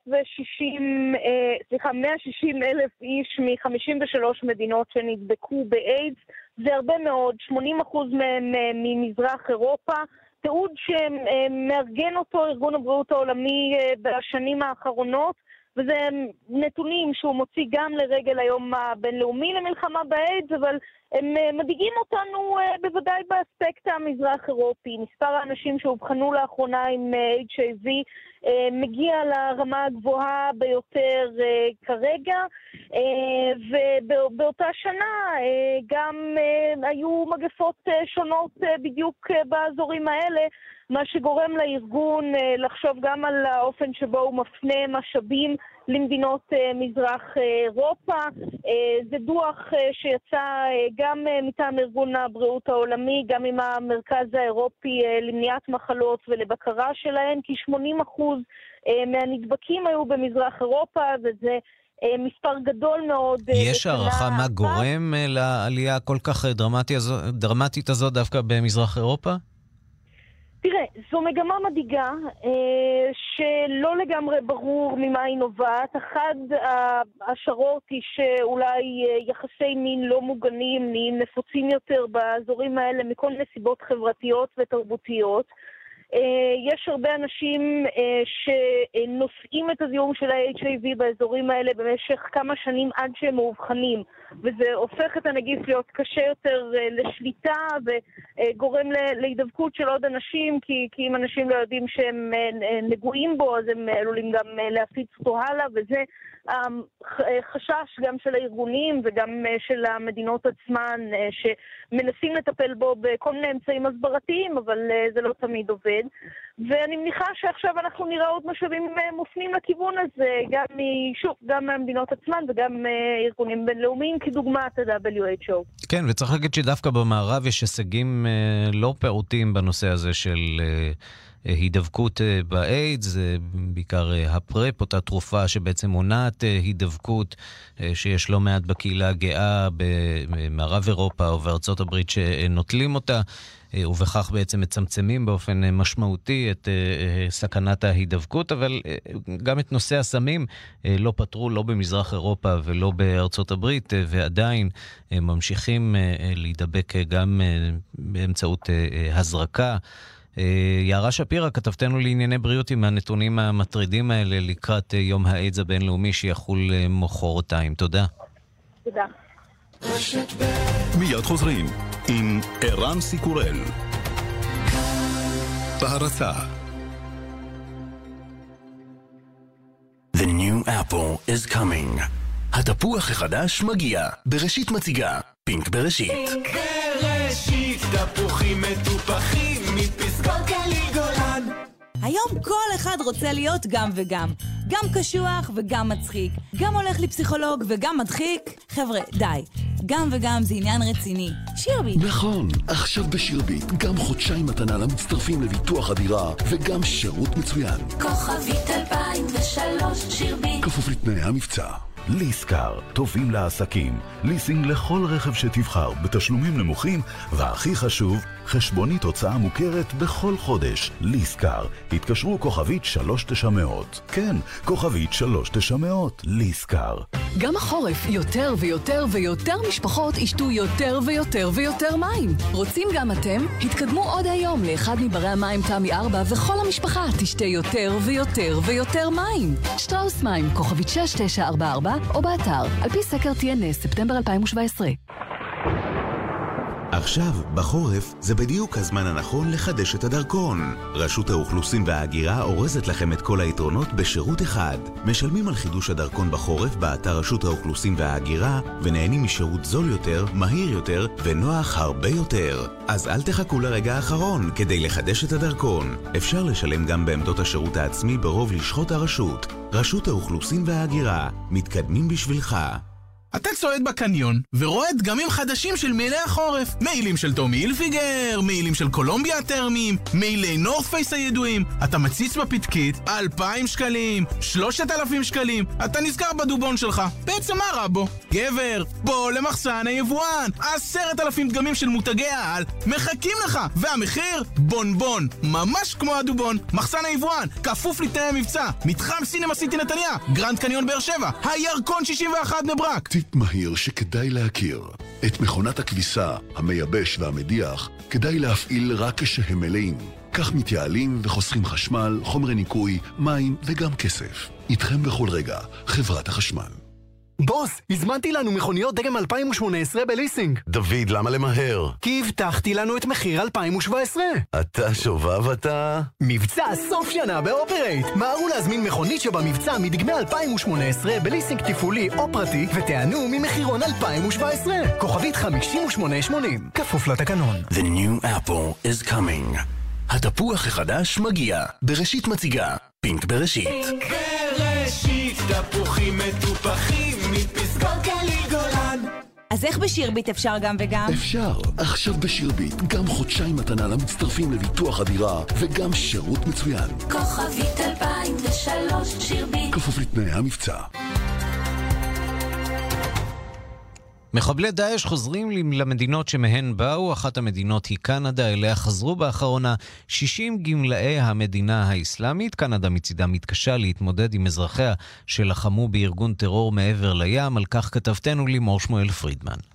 160,000 איש מ-53 מדינות שנדבקו באיידס. זה הרבה מאוד, 80% מהם ממזרח אירופה. תיעוד שמארגן אותו ארגון הבריאות העולמי בשנים האחרונות, וזה נתונים שהוא מוציא גם לרגל היום הבינלאומי למלחמה באיידס, אבל הם מדאיגים אותנו בוודאי באספקט המזרח אירופי. מספר האנשים שהובחנו לאחרונה עם HIV מגיע לרמה הגבוהה ביותר כרגע, ובאותה שנה גם היו מגפות שונות בדיוק באזורים האלה, מה שגורם לארגון לחשוב גם על האופן שבו הוא מפנה משאבים למדינות מזרח אירופה. זה דוח שיצא גם מטעם ארגון הבריאות העולמי, גם עם המרכז האירופי למניעת מחלות ולבקרה שלהן, כי 80% מהנדבקים היו במזרח אירופה, וזה מספר גדול מאוד. יש הערכה מה גורם לעלייה הכל כך דרמטית הזו דווקא במזרח אירופה? תראה, זו מגמה מדאיגה שלא לגמרי ברור ממה היא נובעת. אחד ההשערות היא שאולי יחסי מין לא מוגנים נהיים נפוצים יותר באזורים האלה מכל נסיבות חברתיות ותרבותיות. יש הרבה אנשים שנושאים את הזיהום של ה-HIV באזורים האלה במשך כמה שנים עד שהם מאובחנים, וזה הופך את הנגיף להיות קשה יותר לשליטה וגורם להידבקות של עוד אנשים, כי אם אנשים לא יודעים שהם נגועים בו, אז הם עלולים גם להפיץ אותו הלאה, וזה חשש גם של הארגונים וגם של המדינות עצמן שמנסים לטפל בו בכל מיני אמצעים הסברתיים, אבל זה לא תמיד עובד. ואני מניחה שעכשיו אנחנו נראה עוד משאבים מופנים לכיוון הזה, גם מהמדינות עצמן וגם ארגונים בינלאומיים כדוגמת ה-WHO. כן, וצריך להגיד שדווקא במערב יש הישגים לא פעוטים בנושא הזה של הידבקות באיידס, בעיקר הפרפ, אותה תרופה שבעצם מונעת הידבקות, שיש לא מעט בקהילה הגאה במערב אירופה או בארצות הברית שנוטלים אותה, ובכך בעצם מצמצמים באופן משמעותי את סכנת ההידבקות, אבל גם את נושא הסמים לא פתרו, לא במזרח אירופה ולא בארצות הברית, ועדיין ממשיכים להידבק גם באמצעות הזרקה. יערה שפירא, כתבתנו לענייני בריאות עם הנתונים המטרידים האלה לקראת יום האיידס הבינלאומי שיחול מחרתיים. תודה. תודה. מיד חוזרים עם ערן סיקורל. בהרצה. The new apple is coming. התפוח החדש מגיע. בראשית מציגה. פינק בראשית. פינק בראשית, תפוחים מטופחים מפסקות גליל גולן. היום כל אחד רוצה להיות גם וגם. גם קשוח וגם מצחיק. גם הולך לפסיכולוג וגם מדחיק. חבר'ה, די. גם וגם זה עניין רציני. שירביט. נכון, עכשיו בשירביט. גם חודשיים מתנה למצטרפים לביטוח הדירה וגם שירות מצוין. כוכבית 2003 שירביט. כפוף לתנאי המבצע. ליסקר, טובים לעסקים, ליסינג לכל רכב שתבחר בתשלומים נמוכים, והכי חשוב, חשבונית הוצאה מוכרת בכל חודש. ליסקר, התקשרו כוכבית 3900. כן, כוכבית 3900, ליסקר. גם החורף יותר ויותר ויותר משפחות ישתו יותר ויותר ויותר מים. רוצים גם אתם? התקדמו עוד היום לאחד מברי המים תמי 4 וכל המשפחה תשתה יותר ויותר ויותר מים. שטראוס מים, כוכבית 6944 או באתר, על פי סקר TNS, ספטמבר 2017. עכשיו, בחורף, זה בדיוק הזמן הנכון לחדש את הדרכון. רשות האוכלוסין וההגירה אורזת לכם את כל היתרונות בשירות אחד. משלמים על חידוש הדרכון בחורף באתר רשות האוכלוסין וההגירה, ונהנים משירות זול יותר, מהיר יותר ונוח הרבה יותר. אז אל תחכו לרגע האחרון כדי לחדש את הדרכון. אפשר לשלם גם בעמדות השירות העצמי ברוב לשכות הרשות. רשות האוכלוסין וההגירה, מתקדמים בשבילך. אתה צועד בקניון ורואה דגמים חדשים של מעילי החורף. מעילים של טומי הילפיגר, מעילים של קולומביה הטרמיים, מעילי נורת' פייס הידועים. אתה מציץ בפתקית, 2,000 שקלים, 3,000 שקלים. אתה נזכר בדובון שלך. בעצם מה רע בו? גבר, בוא למחסן היבואן. 10,000 דגמים של מותגי העל מחכים לך. והמחיר? בונבון. ממש כמו הדובון. מחסן היבואן, כפוף לתנאי המבצע. מתחם סינמה סיטי נתניה, גרנד קניון באר שבע, הירקון 61 בני ברק. טיפ מהיר שכדאי להכיר. את מכונת הכביסה, המייבש והמדיח כדאי להפעיל רק כשהם מלאים. כך מתייעלים וחוסכים חשמל, חומרי ניקוי, מים וגם כסף. איתכם בכל רגע, חברת החשמל. בוס, הזמנתי לנו מכוניות דגם 2018 בליסינג. דוד, למה למהר? כי הבטחתי לנו את מחיר 2017. אתה שובב אתה? מבצע סוף שנה באופרייט. מהרו להזמין מכונית שבמבצע מדגמי 2018 בליסינג תפעולי או פרטי, ותענו ממחירון 2017. כוכבית 5880. כפוף לתקנון. The new apple is coming. התפוח החדש מגיע. בראשית מציגה. פינק בראשית. פינק בראשית, תפוחים מטופחים מפסקות גליל גולן. אז איך בשירביט אפשר גם וגם? אפשר. עכשיו בשירביט גם חודשיים מתנה למצטרפים לביטוח הדירה וגם שירות מצוין. כוכבית 2003 שירביט. כפוף לתנאי המבצע. מחבלי דאעש חוזרים למדינות שמהן באו. אחת המדינות היא קנדה, אליה חזרו באחרונה 60 גמלאי המדינה האסלאמית. קנדה מצידה מתקשה להתמודד עם אזרחיה שלחמו בארגון טרור מעבר לים. על כך כתבתנו לימור שמואל פרידמן.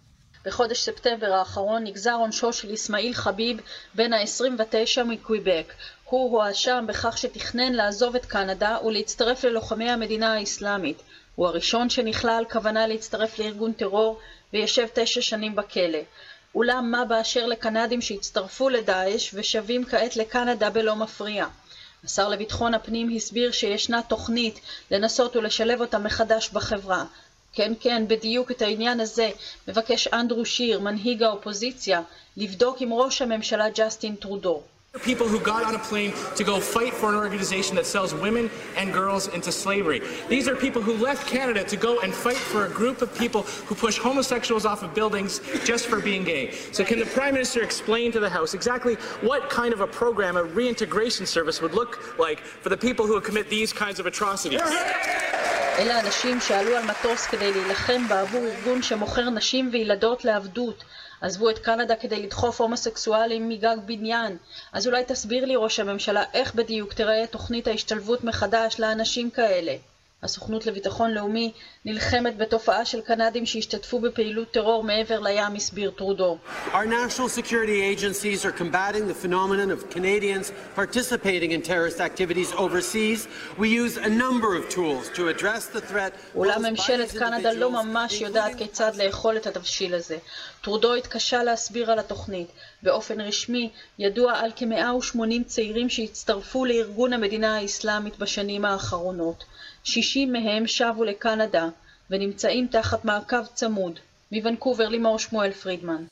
בחודש ספטמבר האחרון נגזר עונשו של אסמאעיל חביב בן ה-29 מקוויבק. הוא הואשם בכך שתכנן לעזוב את קנדה ולהצטרף ללוחמי המדינה האסלאמית. הוא הראשון שנכלל על כוונה להצטרף לארגון טרור וישב 9 שנים בכלא. אולם מה באשר לקנדים שהצטרפו לדאעש ושבים כעת לקנדה בלא מפריע? השר לביטחון הפנים הסביר שישנה תוכנית לנסות ולשלב אותם מחדש בחברה. כן, בדיוק את העניין הזה מבקש אנדרו שיר, מנהיג האופוזיציה, לבדוק עם ראש הממשלה ג'סטין טרודו. People who got on a plane to go fight for an organization that sells women and girls into slavery. These are people who left Canada to go and fight for a group of people who push homosexuals off of buildings just for being gay. So can the Prime Minister explain to the House exactly what kind of a program, a reintegration service would look like for the people who commit these kinds of atrocities? אלה אנשים שעלו על מטוס כדי להילחם בעבור ארגון שמוכר נשים וילדות לעבדות. עזבו את קנדה כדי לדחוף הומוסקסואלים מגג בניין. אז אולי תסביר לי ראש הממשלה איך בדיוק תראה תוכנית ההשתלבות מחדש לאנשים כאלה. הסוכנות לביטחון לאומי נלחמת בתופעה של קנדים שהשתתפו בפעילות טרור מעבר לים, הסביר טרודו. Our national security agencies are combating the phenomenon of Canadians participating in terrorist activities overseas. We use a number of tools to address the threat. אולם ממשלת קנדה לא ממש יודעת כיצד לאכול את התבשיל הזה. טרודו התקשה להסביר על התוכנית. באופן רשמי ידוע על כ-180 צעירים שהצטרפו לארגון המדינה האסלאמית בשנים האחרונות. 60 מהם שבו לקנדה ונמצאים תחת מעקב צמוד. מוונקובר לימור שמואל פרידמן.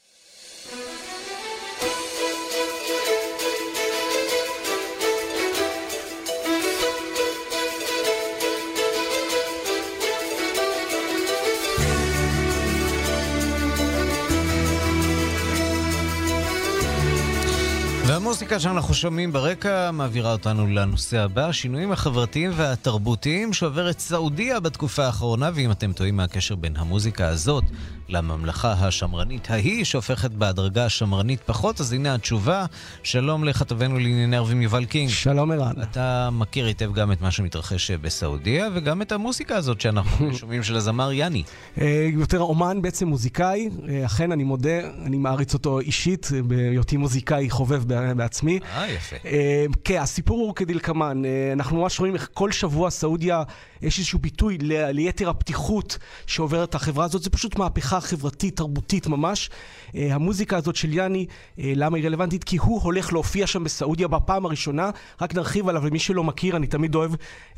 והמוזיקה שאנחנו שומעים ברקע מעבירה אותנו לנושא הבא, השינויים החברתיים והתרבותיים שעוברת סעודיה בתקופה האחרונה, ואם אתם טועים מהקשר בין המוזיקה הזאת לממלכה השמרנית ההיא שהופכת בהדרגה השמרנית פחות, אז הנה התשובה. שלום לכתבנו לענייני ערבים יובל קינג. שלום ערן. אתה מכיר היטב גם את מה שמתרחש בסעודיה וגם את המוזיקה הזאת שאנחנו שומעים של הזמר יאני. יותר אומן, בעצם מוזיקאי. אכן אני מודה, אני מעריץ אותו אישית בהיותי מוזיקאי חובב בעצמי. יפה. כן, הסיפור הוא כדלקמן. אנחנו ממש רואים איך כל שבוע סעודיה יש איזשהו ביטוי ליתר הפתיחות שעוברת החברה הזאת. זה פשוט מהפכה חברתית, תרבותית ממש. המוזיקה הזאת של יאני, למה היא רלוונטית? כי הוא הולך להופיע שם בסעודיה בפעם הראשונה. רק נרחיב עליו, למי שלא מכיר, אני תמיד אוהב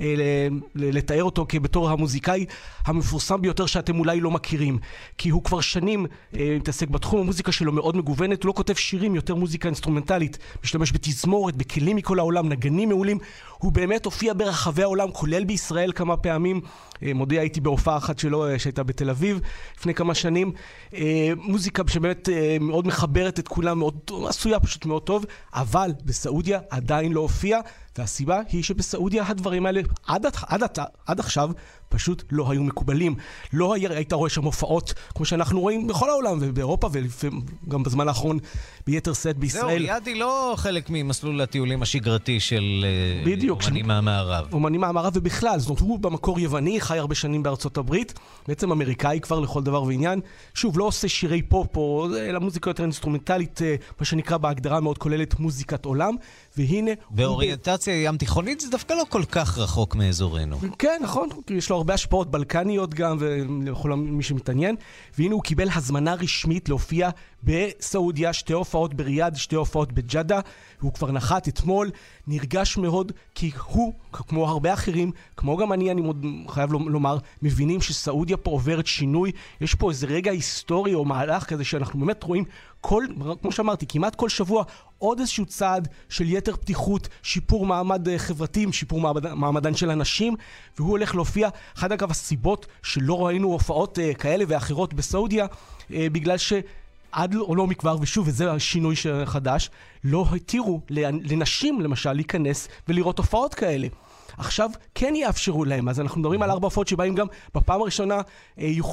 לתאר אותו כבתור המוזיקאי המפורסם ביותר שאתם אולי לא מכירים. כי הוא כבר שנים מתעסק בתחום, המוזיקה שלו מאוד מגוונת, הוא לא כותב שירים, יותר מוזיקה אינסטרומנטלית, משתמש בתזמורת, בכלים מכל העולם, נגנים מעולים. הוא באמת הופיע ברחבי העולם, כולל בישראל כמה פעמים. מודיע, הייתי בהופעה אחת שלו שהייתה בתל אביב לפני כמה שנים. מוזיקה שבאמת מאוד מחברת את כולם, מאוד עשויה פשוט מאוד טוב, אבל בסעודיה עדיין לא הופיע, והסיבה היא שבסעודיה הדברים האלה עד עכשיו פשוט לא היו מקובלים. לא היית רואה שם הופעות כמו שאנחנו רואים בכל העולם ובאירופה וגם בזמן האחרון ביתר סט בישראל. זהו, יאדי לא חלק ממסלול הטיולים השגרתי של אומנים מהמערב. אומנים מהמערב ובכלל, זאת אומרת, הוא במקור יווני, חי הרבה שנים בארצות הברית, בעצם אמריקאי כבר לכל דבר ועניין. שוב, לא עושה שירי פופ או אלא מוזיקה יותר אינסטרומנטלית, מה שנקרא בהגדרה מאוד כוללת מוזיקת עולם, והנה... באוריינטציה ים תיכונית זה דווקא לא כל כך רחוק מאזורנו. כן, נכון, יש לו הרבה השפעות בלקניות גם, ולכל מי שמתעניין, והנה הוא קיבל הזמנה רשמית להופיע בסעודיה, 2 הופעות בריאד, 2 הופעות בג'דה, הוא כבר נחת אתמול, נרגש מאוד, כי הוא, כמו הרבה אחרים, כמו גם אני חייב לומר, מבינים שסעודיה פה עוברת שינוי, יש פה איזה רגע היסטורי או מהלך כזה שאנחנו באמת רואים כמו שאמרתי, כמעט כל שבוע עוד איזשהו צעד של יתר פתיחות, שיפור מעמד חברתי, שיפור מעמדן של אנשים, והוא הולך להופיע. אחד אגב הסיבות שלא ראינו הופעות כאלה ואחרות בסעודיה, בגלל שעד או לא מכבר, ושוב, וזה השינוי חדש, לא התירו לנשים למשל להיכנס ולראות הופעות כאלה. עכשיו כן יאפשרו להם, אז אנחנו מדברים על 4 הופעות שבהם גם בפעם הראשונה יוכלו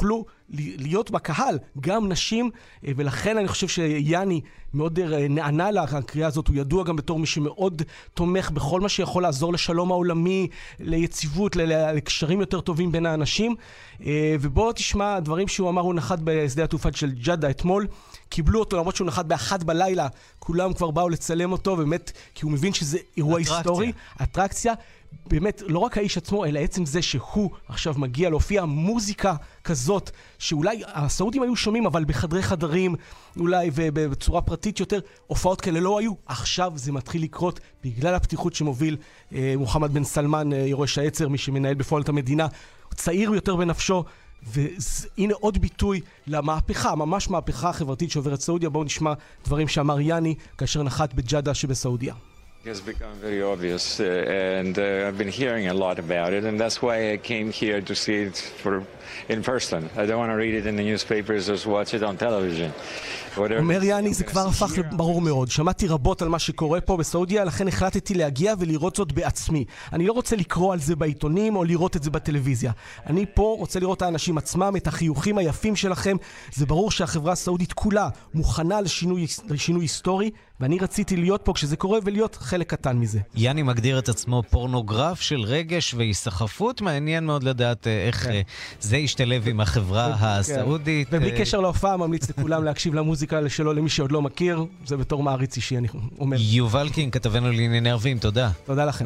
להיות בקהל, גם נשים, ולכן אני חושב שיאני מאוד נענה לקריאה הזאת, הוא ידוע גם בתור מי שמאוד תומך בכל מה שיכול לעזור לשלום העולמי, ליציבות, לקשרים יותר טובים בין האנשים, ובוא תשמע דברים שהוא אמר, הוא נחת בשדה התעופה של ג'דה אתמול, קיבלו אותו למרות שהוא נחת ב-1 בלילה, כולם כבר באו לצלם אותו, באמת, כי הוא מבין שזה אירוע היסטורי, אטרקציה, באמת, לא רק האיש עצמו, אלא עצם זה שהוא עכשיו מגיע להופיע מוזיקה כזאת, שאולי הסעודים היו שומעים, אבל בחדרי חדרים, אולי ובצורה פרטית יותר, הופעות כאלה לא היו. עכשיו זה מתחיל לקרות בגלל הפתיחות שמוביל מוחמד בן סלמן, יורש העצר, מי שמנהל בפועל את המדינה, צעיר יותר בנפשו, והנה עוד ביטוי למהפכה, ממש מהפכה חברתית שעוברת סעודיה. בואו נשמע דברים שאמר יאני כאשר נחת בג'דה שבסעודיה. It has become very obvious, and I've been hearing a lot about it, and that's why I came here to see it in person. I don't want to read it in the newspapers or watch it on television. אומר יאני, זה כבר הפך ברור מאוד. שמעתי רבות על מה שקורה פה בסעודיה, לכן החלטתי להגיע ולראות זאת בעצמי. אני לא רוצה לקרוא על זה בעיתונים או לראות את זה בטלוויזיה. אני פה רוצה לראות את האנשים עצמם, את החיוכים היפים שלכם. זה ברור שהחברה הסעודית כולה מוכנה לשינוי היסטורי, ואני רציתי להיות פה כשזה קורה ולהיות חלק קטן מזה. יאני מגדיר את עצמו פורנוגרף של רגש והיסחפות. מעניין מאוד לדעת איך זה ישתלב עם החברה הסעודית. ובלי קשר להופעה, ממליץ לכולם להקשיב למוזיקה שלו למי שעוד לא מכיר. זה בתור מעריץ אישי, אני אומר. יובל קין, כתבנו לענייני ערבים, תודה. תודה לכם.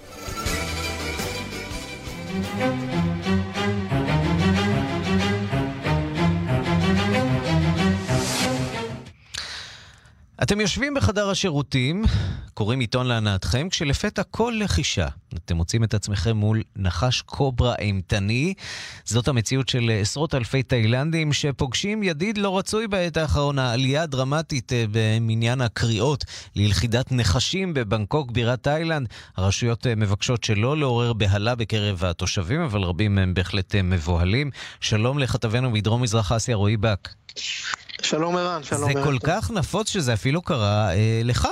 אתם יושבים בחדר השירותים, קוראים עיתון להנאתכם, כשלפתע כל לחישה אתם מוצאים את עצמכם מול נחש קוברה אימתני. זאת המציאות של עשרות אלפי תאילנדים שפוגשים ידיד לא רצוי בעת האחרונה. עלייה דרמטית במניין הקריאות ללכידת נחשים בבנקוק בירת תאילנד. הרשויות מבקשות שלא לעורר בהלה בקרב התושבים, אבל רבים הם בהחלט מבוהלים. שלום לכתבנו מדרום מזרח אסיה, רועי בק. שלום ערן, שלום ערן. זה כל כך נפוץ שזה אפילו קרה לך.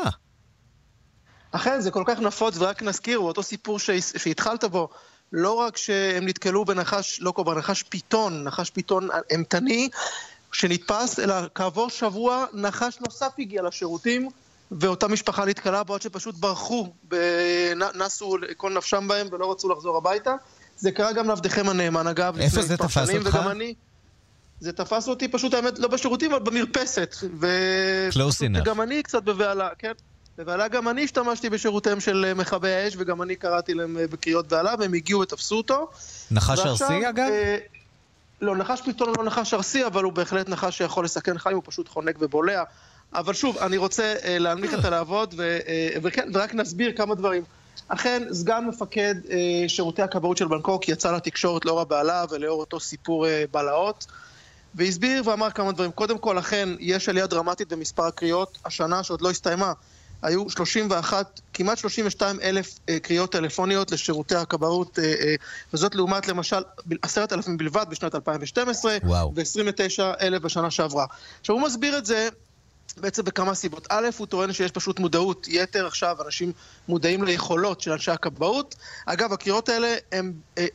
אכן, זה כל כך נפוץ, ורק נזכיר, אותו סיפור שהתחלת בו, לא רק שהם נתקלו בנחש, לא קובר, נחש פיתון אמתני, שנתפס, אלא כעבור שבוע נחש נוסף הגיע לשירותים, ואותה משפחה נתקלה בו עד שפשוט ברחו, נסו כל נפשם בהם ולא רצו לחזור הביתה. זה קרה גם לעבדכם הנאמן, אגב. איפה זה תפס אותך? זה תפס אותי פשוט, האמת, לא בשירותים, אבל במרפסת. וגם אני קצת בבעלה, כן? בבעלה גם אני השתמשתי בשירותיהם של מכבי האש, וגם אני קראתי להם בקריאות בעלה, והם הגיעו ותפסו אותו. נחש ארסי, אגב? לא, נחש פיתון לא נחש ארסי, אבל הוא בהחלט נחש שיכול לסכן חיים, הוא פשוט חונק ובולע. אבל שוב, אני רוצה להנמיך את הלעבוד, ורק נסביר כמה דברים. אכן, סגן מפקד שירותי הכבאות של בנקוק יצא לתקשורת לאור הבעלה ולאור אותו סיפור בלהות, והסביר ואמר כמה דברים. קודם כל, אכן, יש עלייה דרמטית במספר הקריאות. השנה שעוד לא הסתיימה, היו כמעט 32 אלף קריאות טלפוניות לשירותי הכבאות, וזאת לעומת למשל 10,000 בלבד בשנת 2012, ו-29 אלף בשנה שעברה. עכשיו, הוא מסביר את זה בעצם בכמה סיבות. א', הוא טוען שיש פשוט מודעות יתר עכשיו, אנשים מודעים ליכולות של אנשי הכבאות. אגב, הקריאות האלה הם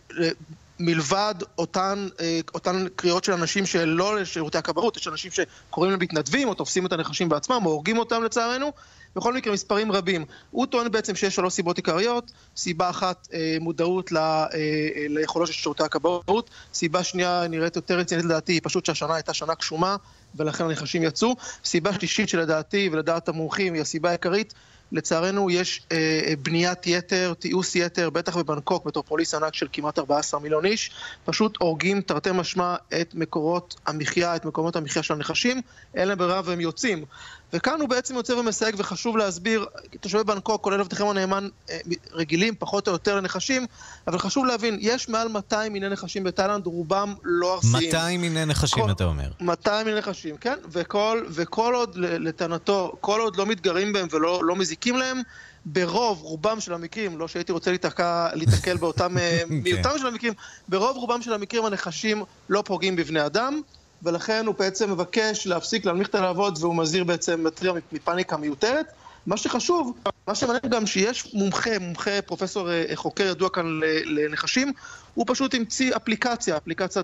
מלבד אותן קריאות של אנשים שלא לשירותי הכבאות, יש אנשים שקוראים להם מתנדבים או תופסים את הנחשים בעצמם או הורגים אותם לצערנו. בכל מקרה מספרים רבים. הוא טוען בעצם שיש 3 סיבות עיקריות. סיבה אחת, מודעות ליכולות של שירותי הכבאות. סיבה שנייה, נראית יותר רצינית לדעתי, היא פשוט שהשנה הייתה שנה קשומה, ולכן הנחשים יצאו. סיבה שלישית שלדעתי ולדעת המומחים היא הסיבה העיקרית, לצערנו יש בניית יתר, תיעוש יתר, בטח בבנקוק, מטרופוליס ענק של כמעט 14 מיליון איש, פשוט הורגים תרתי משמע את מקומות המחיה של הנחשים, אין להם ברירה והם יוצאים. וכאן הוא בעצם יוצא ומסייג, וחשוב להסביר, תושבי בנקוק, כולל עבדכם הנאמן, רגילים פחות או יותר לנחשים, אבל חשוב להבין, יש מעל 200 מיני נחשים בתאילנד, רובם לא ארסיים. 200 מיני נחשים, אתה אומר. 200 מיני נחשים, כן, וכל עוד, לטענתו, כל עוד לא מתגרים בהם ולא מזיקים להם, רובם של המקרים, לא שהייתי רוצה להתקל באותם מיעוטם של המקרים, רובם של המקרים הנחשים לא פוגעים בבני אדם, ולכן הוא בעצם מבקש להפסיק להנמיך את הלעבוד, והוא מזהיר בעצם, מטריע מפניקה מיותרת. מה שחשוב, מה שמעניין גם שיש מומחה, פרופסור חוקר ידוע כאן לנחשים, הוא פשוט המציא אפליקציה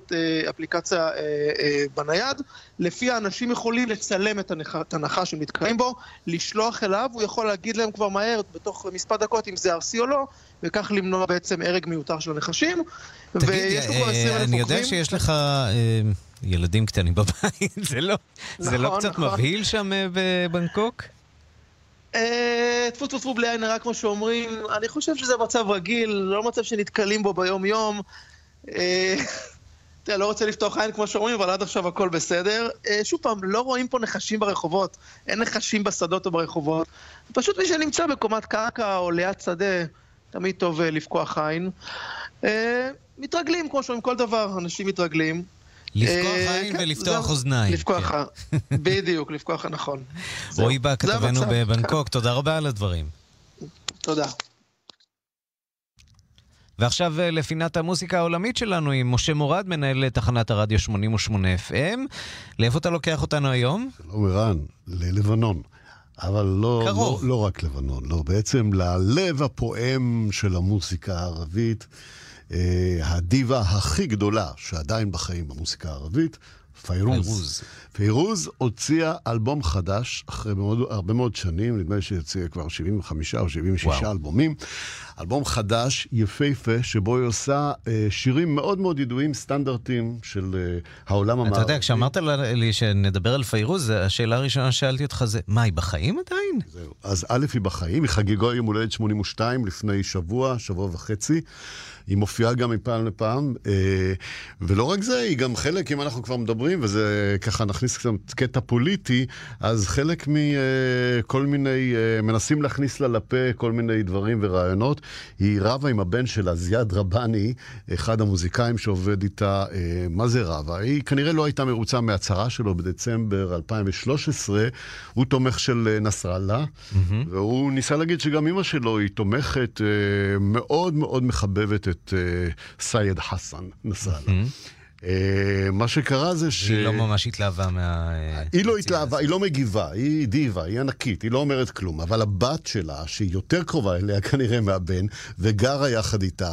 בנייד, לפי האנשים יכולים לצלם את הנחש שמתקיים בו, לשלוח אליו, הוא יכול להגיד להם כבר מהר, בתוך מספר דקות, אם זה ארסי או לא, וכך למנוע בעצם הרג מיותר של הנחשים. תגיד, אני יודע שיש לך ילדים קטנים בבית, זה לא קצת מבהיל שם בבנקוק? תפו בלי עין הרע כמו שאומרים, אני חושב שזה מצב רגיל, לא מצב שנתקלים בו ביום יום. לא רוצה לפתוח עין כמו שאומרים, אבל עד עכשיו הכל בסדר. שוב פעם, לא רואים פה נחשים ברחובות, אין נחשים בשדות או ברחובות. פשוט מי שנמצא בקומת קרקע או ליד שדה, תמיד טוב לפקוח עין. מתרגלים כמו שאומרים כל דבר, אנשים מתרגלים. לפקוח עין ולפתוח אוזניים. בדיוק, לפקוח נכון. רועי בא כתבנו בבנקוק, תודה רבה על הדברים. תודה. ועכשיו לפינת המוסיקה העולמית שלנו עם משה מורד, מנהל תחנת הרדיו 88 FM. לאיפה אתה לוקח אותנו היום? שלום ערן, ללבנון. אבל לא רק לבנון, לא, בעצם ללב הפועם של המוסיקה הערבית, הדיבה הכי גדולה שעדיין בחיים במוסיקה הערבית, פיירוז. פיירוז הוציאה אלבום חדש אחרי הרבה מאוד שנים, נדמה לי שהוציאה כבר 75 או 76 אלבומים. אלבום חדש, יפהפה, שבו היא עושה שירים מאוד מאוד ידועים, סטנדרטים של העולם המערבי. אתה יודע, כשאמרת לי שנדבר על פיירוז, השאלה הראשונה שאלתי אותך זה, מה, היא בחיים עדיין? זהו, אז א' היא בחיים, היא חגיגה יום הולדת 82 לפני שבוע וחצי. היא מופיעה גם מפעם לפעם, ולא רק זה, היא גם חלק, אם אנחנו כבר מדברים, וזה ככה נכניס קצת קטע פוליטי, אז חלק מכל מיני, מנסים להכניס לה לפה כל מיני דברים ורעיונות. היא רבה עם הבן שלה, זיאד רבני, אחד המוזיקאים שעובד איתה, מה זה רבה? היא כנראה לא הייתה מרוצה מהצהרה שלו בדצמבר 2013, הוא תומך של נסראללה, והוא ניסה להגיד שגם אמא שלו היא תומכת מאוד מאוד מחבבת את סייד חסן נסראללה. מה שקרה זה היא לא ממש התלהבה היא לא התלהבה, היא לא מגיבה, היא דיבה, היא ענקית, היא לא אומרת כלום, אבל הבת שלה, שהיא יותר קרובה אליה כנראה מהבן, וגרה יחד איתה,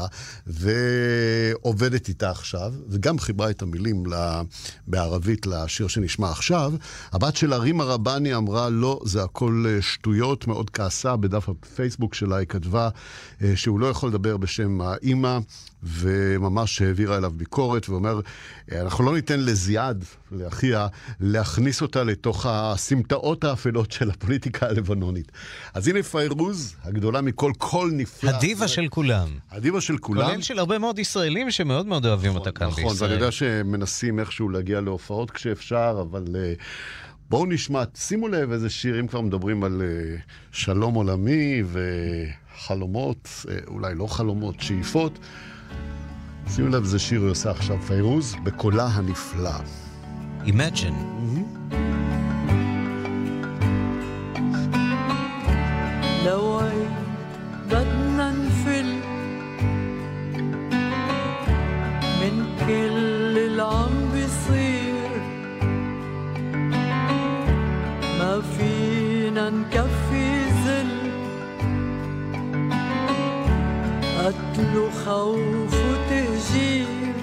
ועובדת איתה עכשיו, וגם חיברה את המילים בערבית לשיר שנשמע עכשיו, הבת שלה, רימה רבני, אמרה לא, זה הכל שטויות, מאוד כעסה, בדף הפייסבוק שלה היא כתבה שהוא לא יכול לדבר בשם האמא, וממש העבירה אליו ביקורת, ואומר, אנחנו לא ניתן לזיאד, לאחיה, להכניס אותה לתוך הסמטאות האפלות של הפוליטיקה הלבנונית. אז הנה פיירוז, הגדולה מכל, כל נפלא. הדיבה של כולם. הדיבה של כולם. כולל של הרבה מאוד ישראלים שמאוד מאוד אוהבים אותה כאן בישראל. נכון, ואני יודע שמנסים איכשהו להגיע להופעות כשאפשר, אבל בואו נשמע, שימו לב איזה שירים כבר מדברים על שלום עולמי וחלומות, אולי לא חלומות, שאיפות. שימו לב, זה שיר עושה עכשיו פיירוז, בקולה הנפלא. Imagine. لو بدنا نفل من كل العم بيصير ما فينا نكفي زل قتل وخوف وتهجير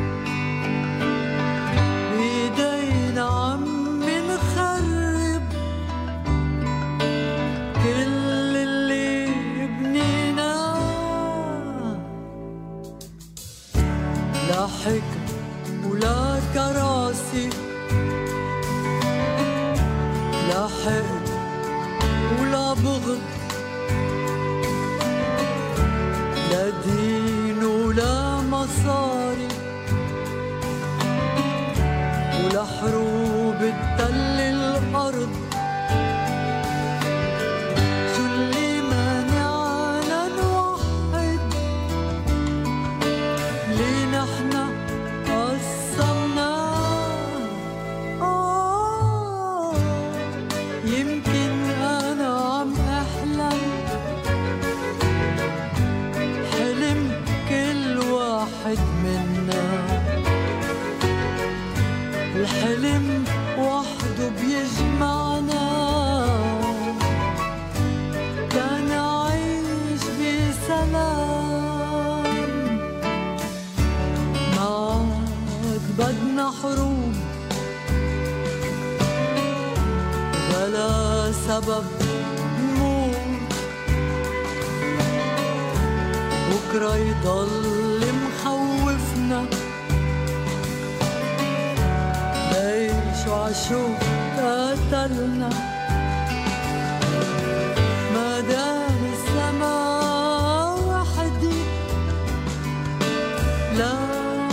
بيدينا عم نخرب كل اللي بنيناه لا حكم ولا كراسي لا حقد ولا بغض لا دين ولا مصاري ولا حروب تدل الأرض شو اللي مانعنا نوحد ليه نحنا قسمناه يمكن أنا عم أحلم حلم كل واحد منا الحلم وحده بيجمعنا سبب نموت بكرة يضل مخوفنا ليش وعشو قتلنا ما دام السماء وحدي لا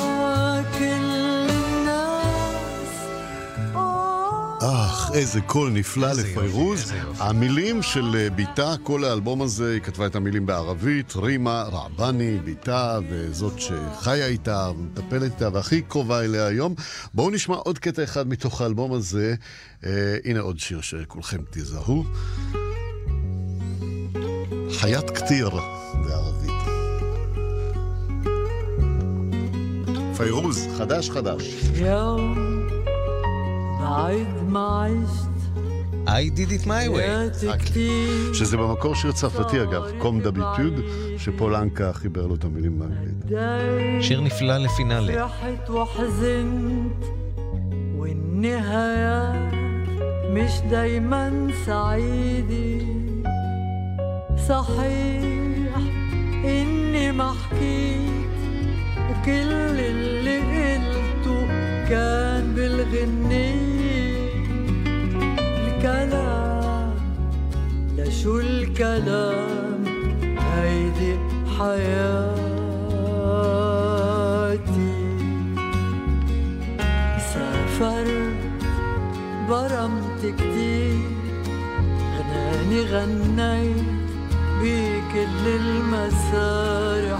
איזה קול נפלא לפיירוז. המילים של ביתה, כל האלבום הזה, היא כתבה את המילים בערבית, רימה רעבני, ביתה, וזאת שחיה איתה, מטפלת איתה, והכי קרובה אליה היום. בואו נשמע עוד קטע אחד מתוך האלבום הזה. הנה עוד שיר שכולכם תזהו. חיית כתיר, בערבית. פיירוז, חדש. بعد ما عشت I did it my way. שזה במקור שיר צרפתי אגב, קום דביטוד, שפולנקה חיבר לו את המילים באנגלית. שיר נפלא לפינאלה. فرحت وحزنت والنهايات مش دايما سعيدة صحيح إني ما حكيت وكل اللي قلته كان بالغنية الكلام لشو الكلام هيدي حياتي سافرت برمت كتير غناني غنيت بكل المسارح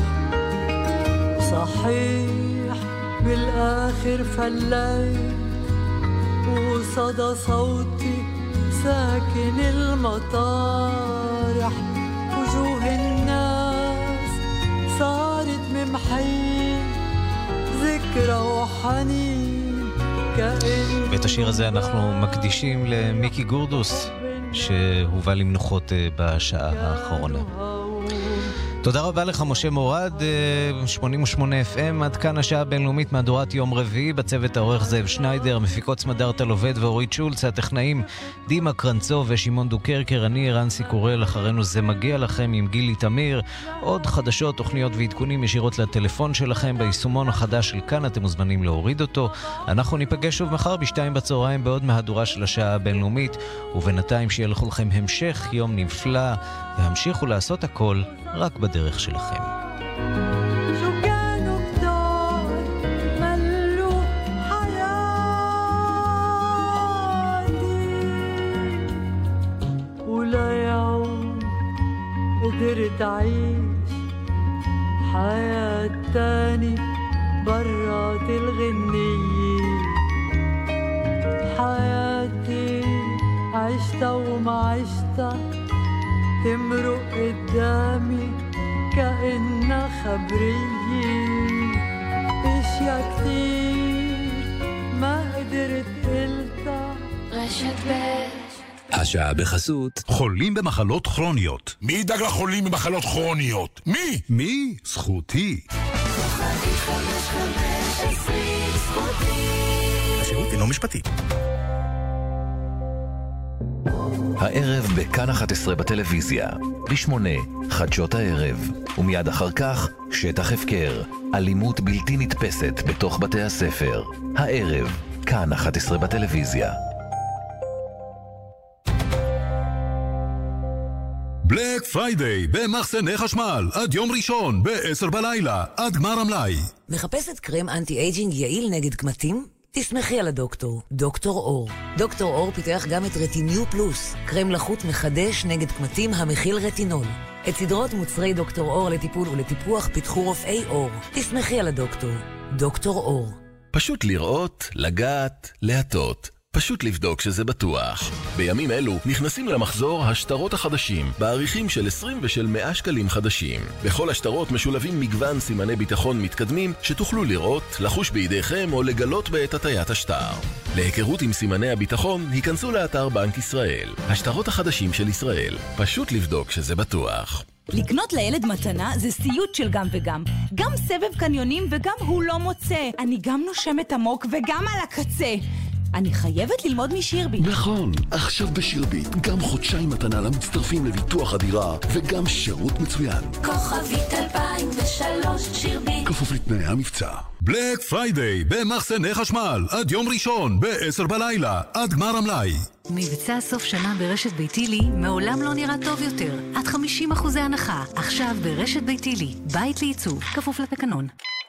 صحيح بالآخر فليت وصدى صوتي ساكن المطارح وجوه الناس صارت ممحية ذكرى وحنين كأن ואת השיר הזה אנחנו מקדישים למיקי גורדוס שהובא למנוחות בשעה האחרונה. תודה רבה לך משה מורד, 88 FM, עד כאן השעה הבינלאומית מהדורת יום רביעי, בצוות העורך זאב שניידר, מפיקות סמדר תלובד ואורית שולץ, הטכנאים דימה קרנצוב ושמעון דוקרקר, אני ערן סיקורל, אחרינו זה מגיע לכם עם גילי תמיר, עוד חדשות, תוכניות ועדכונים ישירות לטלפון שלכם, ביישומון החדש של כאן, אתם מוזמנים להוריד אותו, אנחנו ניפגש שוב מחר ב2 בצהריים בעוד מהדורה של השעה הבינלאומית, ובינתיים שיהיה לכולכם המשך יום נפלא, והמשיכו לעשות הכל רק בדרך שלכם. قدرت أعيش حياة تاني برات الغنية حياتي عشتها وما عشتها تمرق قدامي كأنها خبرية اشياء كتير ما قدرت قلتها רשת ב' השעה בחסות חולים במחלות כרוניות. מי ידאג לחולים במחלות כרוניות? מי? מי? זכותי. השירות אינו משפטי. הערב בכאן 11 בטלוויזיה, ב8 חדשות הערב, ומיד אחר כך שטח הפקר, אלימות בלתי נתפסת בתוך בתי הספר. הערב, כאן 11 בטלוויזיה. בלק פריידיי במחסני חשמל, עד יום ראשון ב-10 בלילה, עד גמר המלאי. מחפשת קרם אנטי-אייג'ינג יעיל נגד קמטים? תסמכי על הדוקטור, דוקטור אור. דוקטור אור פיתח גם את רטיניו פלוס, קרם לחות מחדש נגד קמטים המכיל רטינול. את סדרות מוצרי דוקטור אור לטיפול ולטיפוח פיתחו רופאי אור. תסמכי על הדוקטור, דוקטור אור. פשוט לראות, לגעת, להטות. פשוט לבדוק שזה בטוח. בימים אלו נכנסים למחזור השטרות החדשים, בעריכים של 20 ושל 100 שקלים חדשים. בכל השטרות משולבים מגוון סימני ביטחון מתקדמים שתוכלו לראות, לחוש בידיכם או לגלות בעת הטיית השטר. להיכרות עם סימני הביטחון, היכנסו לאתר בנק ישראל. השטרות החדשים של ישראל. פשוט לבדוק שזה בטוח. לקנות לילד מתנה זה סיוט של גם וגם. גם סבב קניונים וגם הוא לא מוצא. אני גם נושמת עמוק וגם על הקצה. אני חייבת ללמוד משירביט. נכון, עכשיו בשירביט, גם חודשיים מתנה למצטרפים לביטוח הדירה, וגם שירות מצוין. כוכבית 2003 שירביט. כפוף לתנאי המבצע. בלק פריידיי במחסני חשמל, עד יום ראשון ב-10 בלילה, עד גמר המלאי. מבצע סוף שנה ברשת ביתילי מעולם לא נראה טוב יותר. עד 50% הנחה, עכשיו ברשת ביתילי. בית לעיצוב, כפוף לתקנון.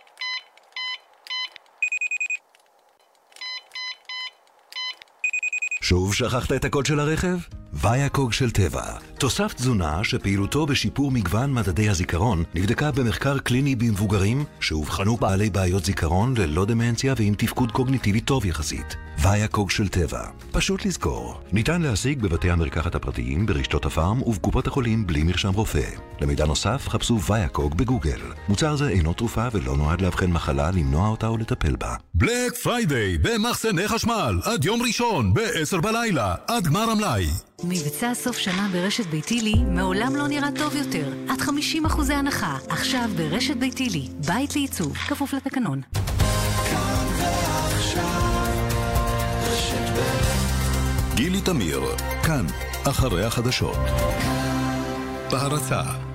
שוב שכחת את הקוד של הרכב? ויאקוג של טבע. תוסף תזונה שפעילותו בשיפור מגוון מדדי הזיכרון נבדקה במחקר קליני במבוגרים שהובחנו בעלי בעיות זיכרון ללא דמנציה ועם תפקוד קוגניטיבי טוב יחסית. ויאקוג של טבע. פשוט לזכור. ניתן להשיג בבתי המרקחת הפרטיים, ברשתות הפארם ובקופות החולים בלי מרשם רופא. למידע נוסף חפשו ויאקוג בגוגל. מוצר זה אינו תרופה ולא נועד להבחן מחלה, למנוע אותה או לטפל בה. בלק פריידיי במחסני חשמל, עד יום ראשון ב-10 בלילה, עד גמר המלאי. מבצע סוף שנה ברשת ביתילי מעולם לא נראה טוב יותר. עד 50% הנחה, עכשיו ברשת ביתילי. בית לעיצוב, כפוף לתקנון. גילי תמיר, כאן, אחרי החדשות. בהרצה